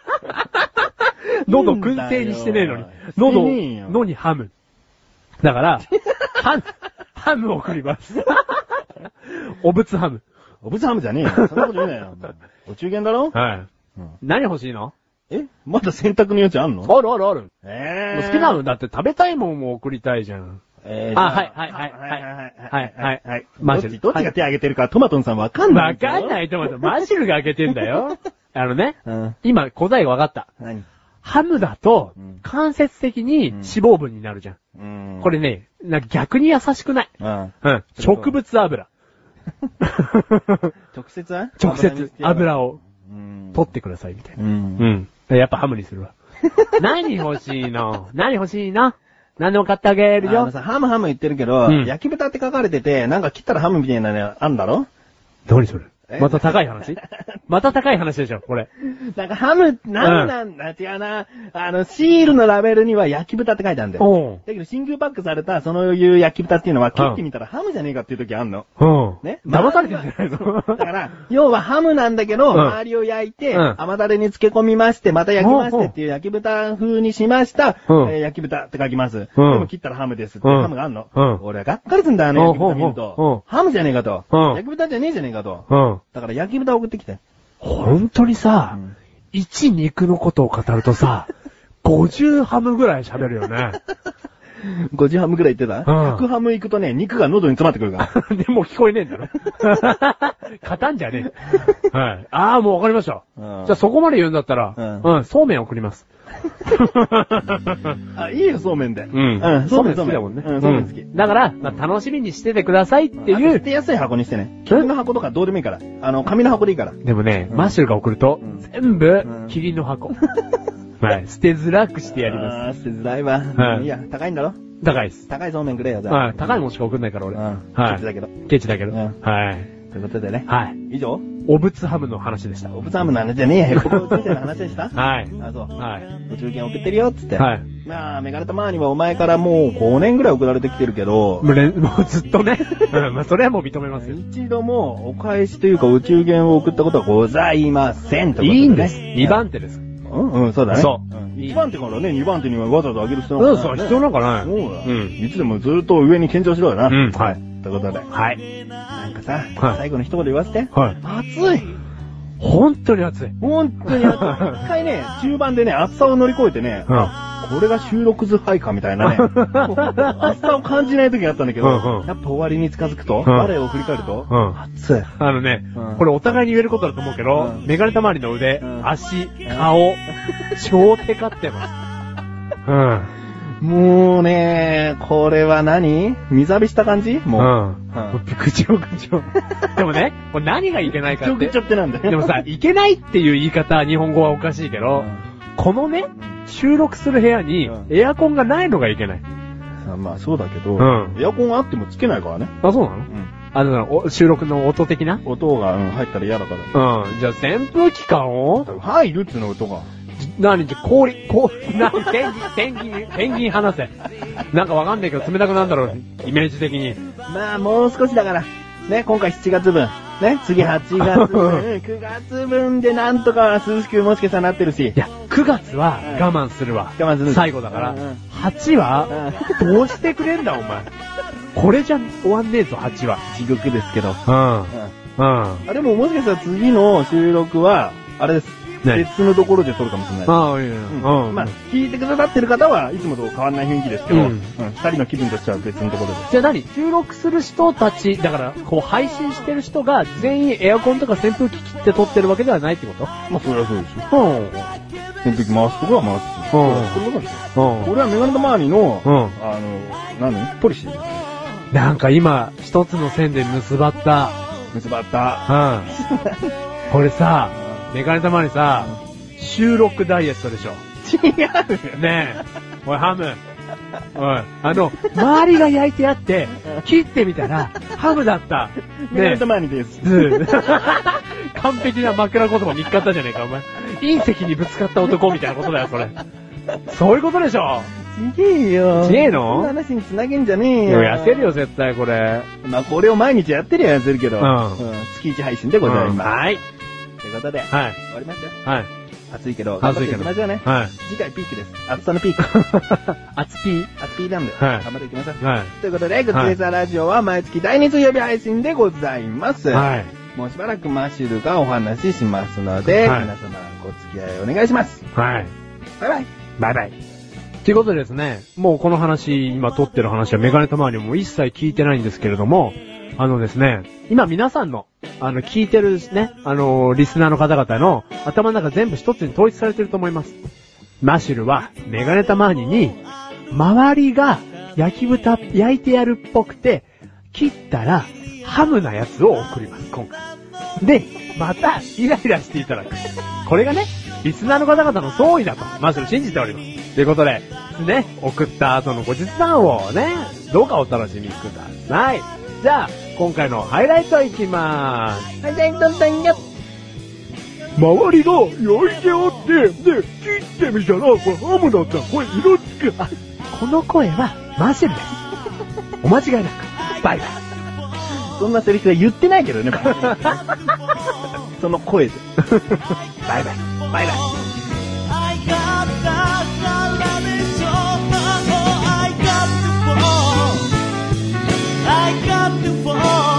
喉燻製にしてねえのに。喉、のにハム。だから、ハム、ハムを送ります。お仏ハム。 お仏ハムじゃねえよ。そんなこと言うなよ。お中元だろ？ はい。うん、何欲しいの？ え？まだ選択の余地あんの？ あるあるある。 えー。 好きなのだって食べたいもんも送りたいじゃん。 えー、 あ、はい、はい、はい、はい、はい、はい、はい。 マシル。どっちが手挙げてるかトマトンさんわかんない。 わかんないトマトン。マシルが挙げてんだよ。あのね、うん、今答えがわかった。 何？ ハムだと、間接的に脂肪分になるじゃん。 うん、 これね、なんか逆に優しくない。 うん。 うん。植物油。 直接は直接油を取ってくださいみたいな。うん。うん。やっぱハムにするわ。何欲しいの何欲しいの何でも買ってあげるよ。 あのさ、ハムハム言ってるけど、うん、焼き豚って書かれてて、なんか切ったらハムみたいなのあんだろ？ 何それ？また高い話また高い話でしょ、これ。 なんかハム、なんなんだ、うん、違うな。あの、シールのラベルには焼き豚って書いてあるんだよ。だけど、真空パックされた、そのいう焼き豚っていうのは、切ってみたらハムじゃねえかっていう時あんの。うん。ね。 騙されてるんじゃないのだから、要はハムなんだけど、うん、周りを焼いて、うん、甘だれに漬け込みまして、また焼きましてっていう焼き豚風にしました、うんえー、焼き豚って書きます。うん、でも切ったらハムですって、うん、ハムがあんの。うん、俺はがっかりすんだよね、焼き豚見ると。ハムじゃねえかと。うん、焼き豚じゃねえじゃねえかと。うん、だから焼き豚を送ってきて。 本当にさ、うん、いち肉のことを語るとさ、ごじゅうハムぐらい喋るよね。 ごじゅうハムぐらい言ってた、うん、ひゃくハム行くとね、肉が喉に詰まってくるから。 でも聞こえねえんだろ。勝たんじゃねえ。はい。ああ、もうわかりました。うん、じゃあそこまで言うんだったら、うん、うん、そうめん送ります。 あ、いいよ、そうめんで。 うん。うん、そうめん好きだもんね。うん、そうめん好き。だから、まあ、楽しみにしててくださいっていう。 捨てやすい箱にしてね。金の箱とかどうでもいいから。あの、紙の箱でいいから。 でもね、マッシュルが送ると、全部、キリンの箱。はい。捨てづらくしてやります。 ああ、捨てづらいわ。はい。いや、高いんだろ？ 高いです。 高いそうめんくれよ、 はい。高いもんしか送んないから、俺。うん。はい。 ケチだけど。 ケチだけど。はい。 ということでね。 はい。 以上？ お仏ハムの話でした。 お仏ハムの話じゃねえよ。ここ宇宙船の話でしたはい。 あ、そう。 はい。 宇宙券送ってるよ、つって。 はい。 まあ、メガネたまーにはお前からもうごねんぐらい送られてきてるけど。 もう、もうずっとね。うん、まあ、それはもう認めますよ。 一度もお返しというか宇宙券を送ったことはございません。 ということで、ね。いいんです。にばん手です。 うんうん、そうだね。そう。うん、いちばん手からね、にばん手にはわざわざあげる必要なんかない、ね。そうそう、必要なんかない。 そうだ。うん。いつでもずっと上に健常しろよな。 うん、はい。 ということで。 はい。 なんかさ、はい、最後の一言言わせて。 はい。 暑い。 本当に暑い。 本当に暑い。一回ね、中盤でね、暑さを乗り越えてね、うん、これが収録図配かみたいなね、暑さを感じない時があったんだけど、うんうん、やっぱ終わりに近づくと、うん、我を振り返ると、うん、暑い。 あのね、うん、これお互いに言えることだと思うけど、うん、メガネたまわりの腕、うん、足、顔、うん、超テカってます。うん。 もうね、これは何？水浴びした感じ？もう。うん。 うん、ぐちょぐちょ。でもね、これ何がいけないかって。 ぐちょぐちょってなんだよ。 でもさ、いけないっていう言い方、日本語はおかしいけど、うん、このね、収録する部屋にエアコンがないのがいけない。 うん、まあそうだけど、うん、エアコンがあってもつけないからね。 あ、そうなの？うん。あの、収録の音的な？ 音が、うん、入ったら嫌だから。 うん。じゃあ扇風機かを入るっていうの音が。 何じゃ、氷、氷、な、ペンギン、ペンギン、ペンギン話せ。なんかわかんないけど冷たくなんだろう、イメージ的に。 まあ、もう少しだから。ね、今回しちがつぶん。ね、次はちがつぶん。くがつぶんでなんとか涼しくもしかしたらなってるし。 いや、くがつは我慢するわ。 我慢する。 最後だから。はちはどうしてくれんだ、お前。これじゃ終わんねえぞ、はちは。 地獄ですけど。 うん。うん。 あ、でももしかしたら次の収録は、あれです。別のところで撮るかもしれない。 ああ、いやいや。 うん。まあ、聞いてくださってる方はいつもと変わらない雰囲気ですけど、うん。二人の気分としては別のところです。 じゃあ何？収録する人たち、だから、こう配信してる人が全員エアコンとか扇風機切って撮ってるわけではないってこと？ まあ、それはそうですよ。うん。扇風機回すとこは回すし。うん。これはですよ。うん。これはメガネと周りの、うん。あの、何？ポリシーです。 なんか今、一つの線で結ばった。 結ばった。 うん。これさ、メガネたまにさ、収録ダイエットでしょ。 違うねえ。おい、ハム。おい、あの、周りが焼いてあって、切ってみたら、ハムだった。 ねえ。メガネたまにです。 完璧な枕言葉見つかったじゃねえか、お前。隕石にぶつかった男みたいなことだよ、それ。そういうことでしょ。 ちげえよ。 ちげえの？ そんな話に繋げんじゃねえよ。 痩せるよ、絶対、これ。 まあ、これを毎日やってりゃ痩せるけど。うん。うん、月いち配信でございます。うん、 はい。 ということで、 はい。 終わりますよ。 はい。 暑いけど、暑いけど。頑張っていきましょうね。はい。次回ピークです。暑さのピーク。 暑ピー暑ピーなんで、 はい。 頑張っていきましょう。はい。ということで、グッズレザーラジオは毎月だいに水曜日配信でございます。はい。もうしばらくマッシュルがお話ししますので、はい、皆様ご付き合いお願いします。 はい。 バイバイ。 バイバイ。ということでですね、もうこの話、今撮ってる話はメガネたまわりも一切聞いてないんですけれども、あのですね、今皆さんの、あの、聞いてるね、あの、リスナーの方々の頭の中全部一つに統一されてると思います。 マシュルはメガネタマーニに、周りが焼き豚、焼いてやるっぽくて、切ったらハムなやつを送ります、今回。で、またイライラしていただく。これがね、リスナーの方々の総意だと、マシュル信じております。ということで、ね、送った後の後日談をね、どうかお楽しみください。じゃあ、今回のハイライトいきまーす。 ハイライトだよ。 周りが焼いてあって、で、切ってみたら、これハムだった。これ色付く。あ、この声はマシュルです。お間違いなく。バイバイ。 そんなセリフは言ってないけどね、その声で。 バイバイ。バイバイ。I got to fall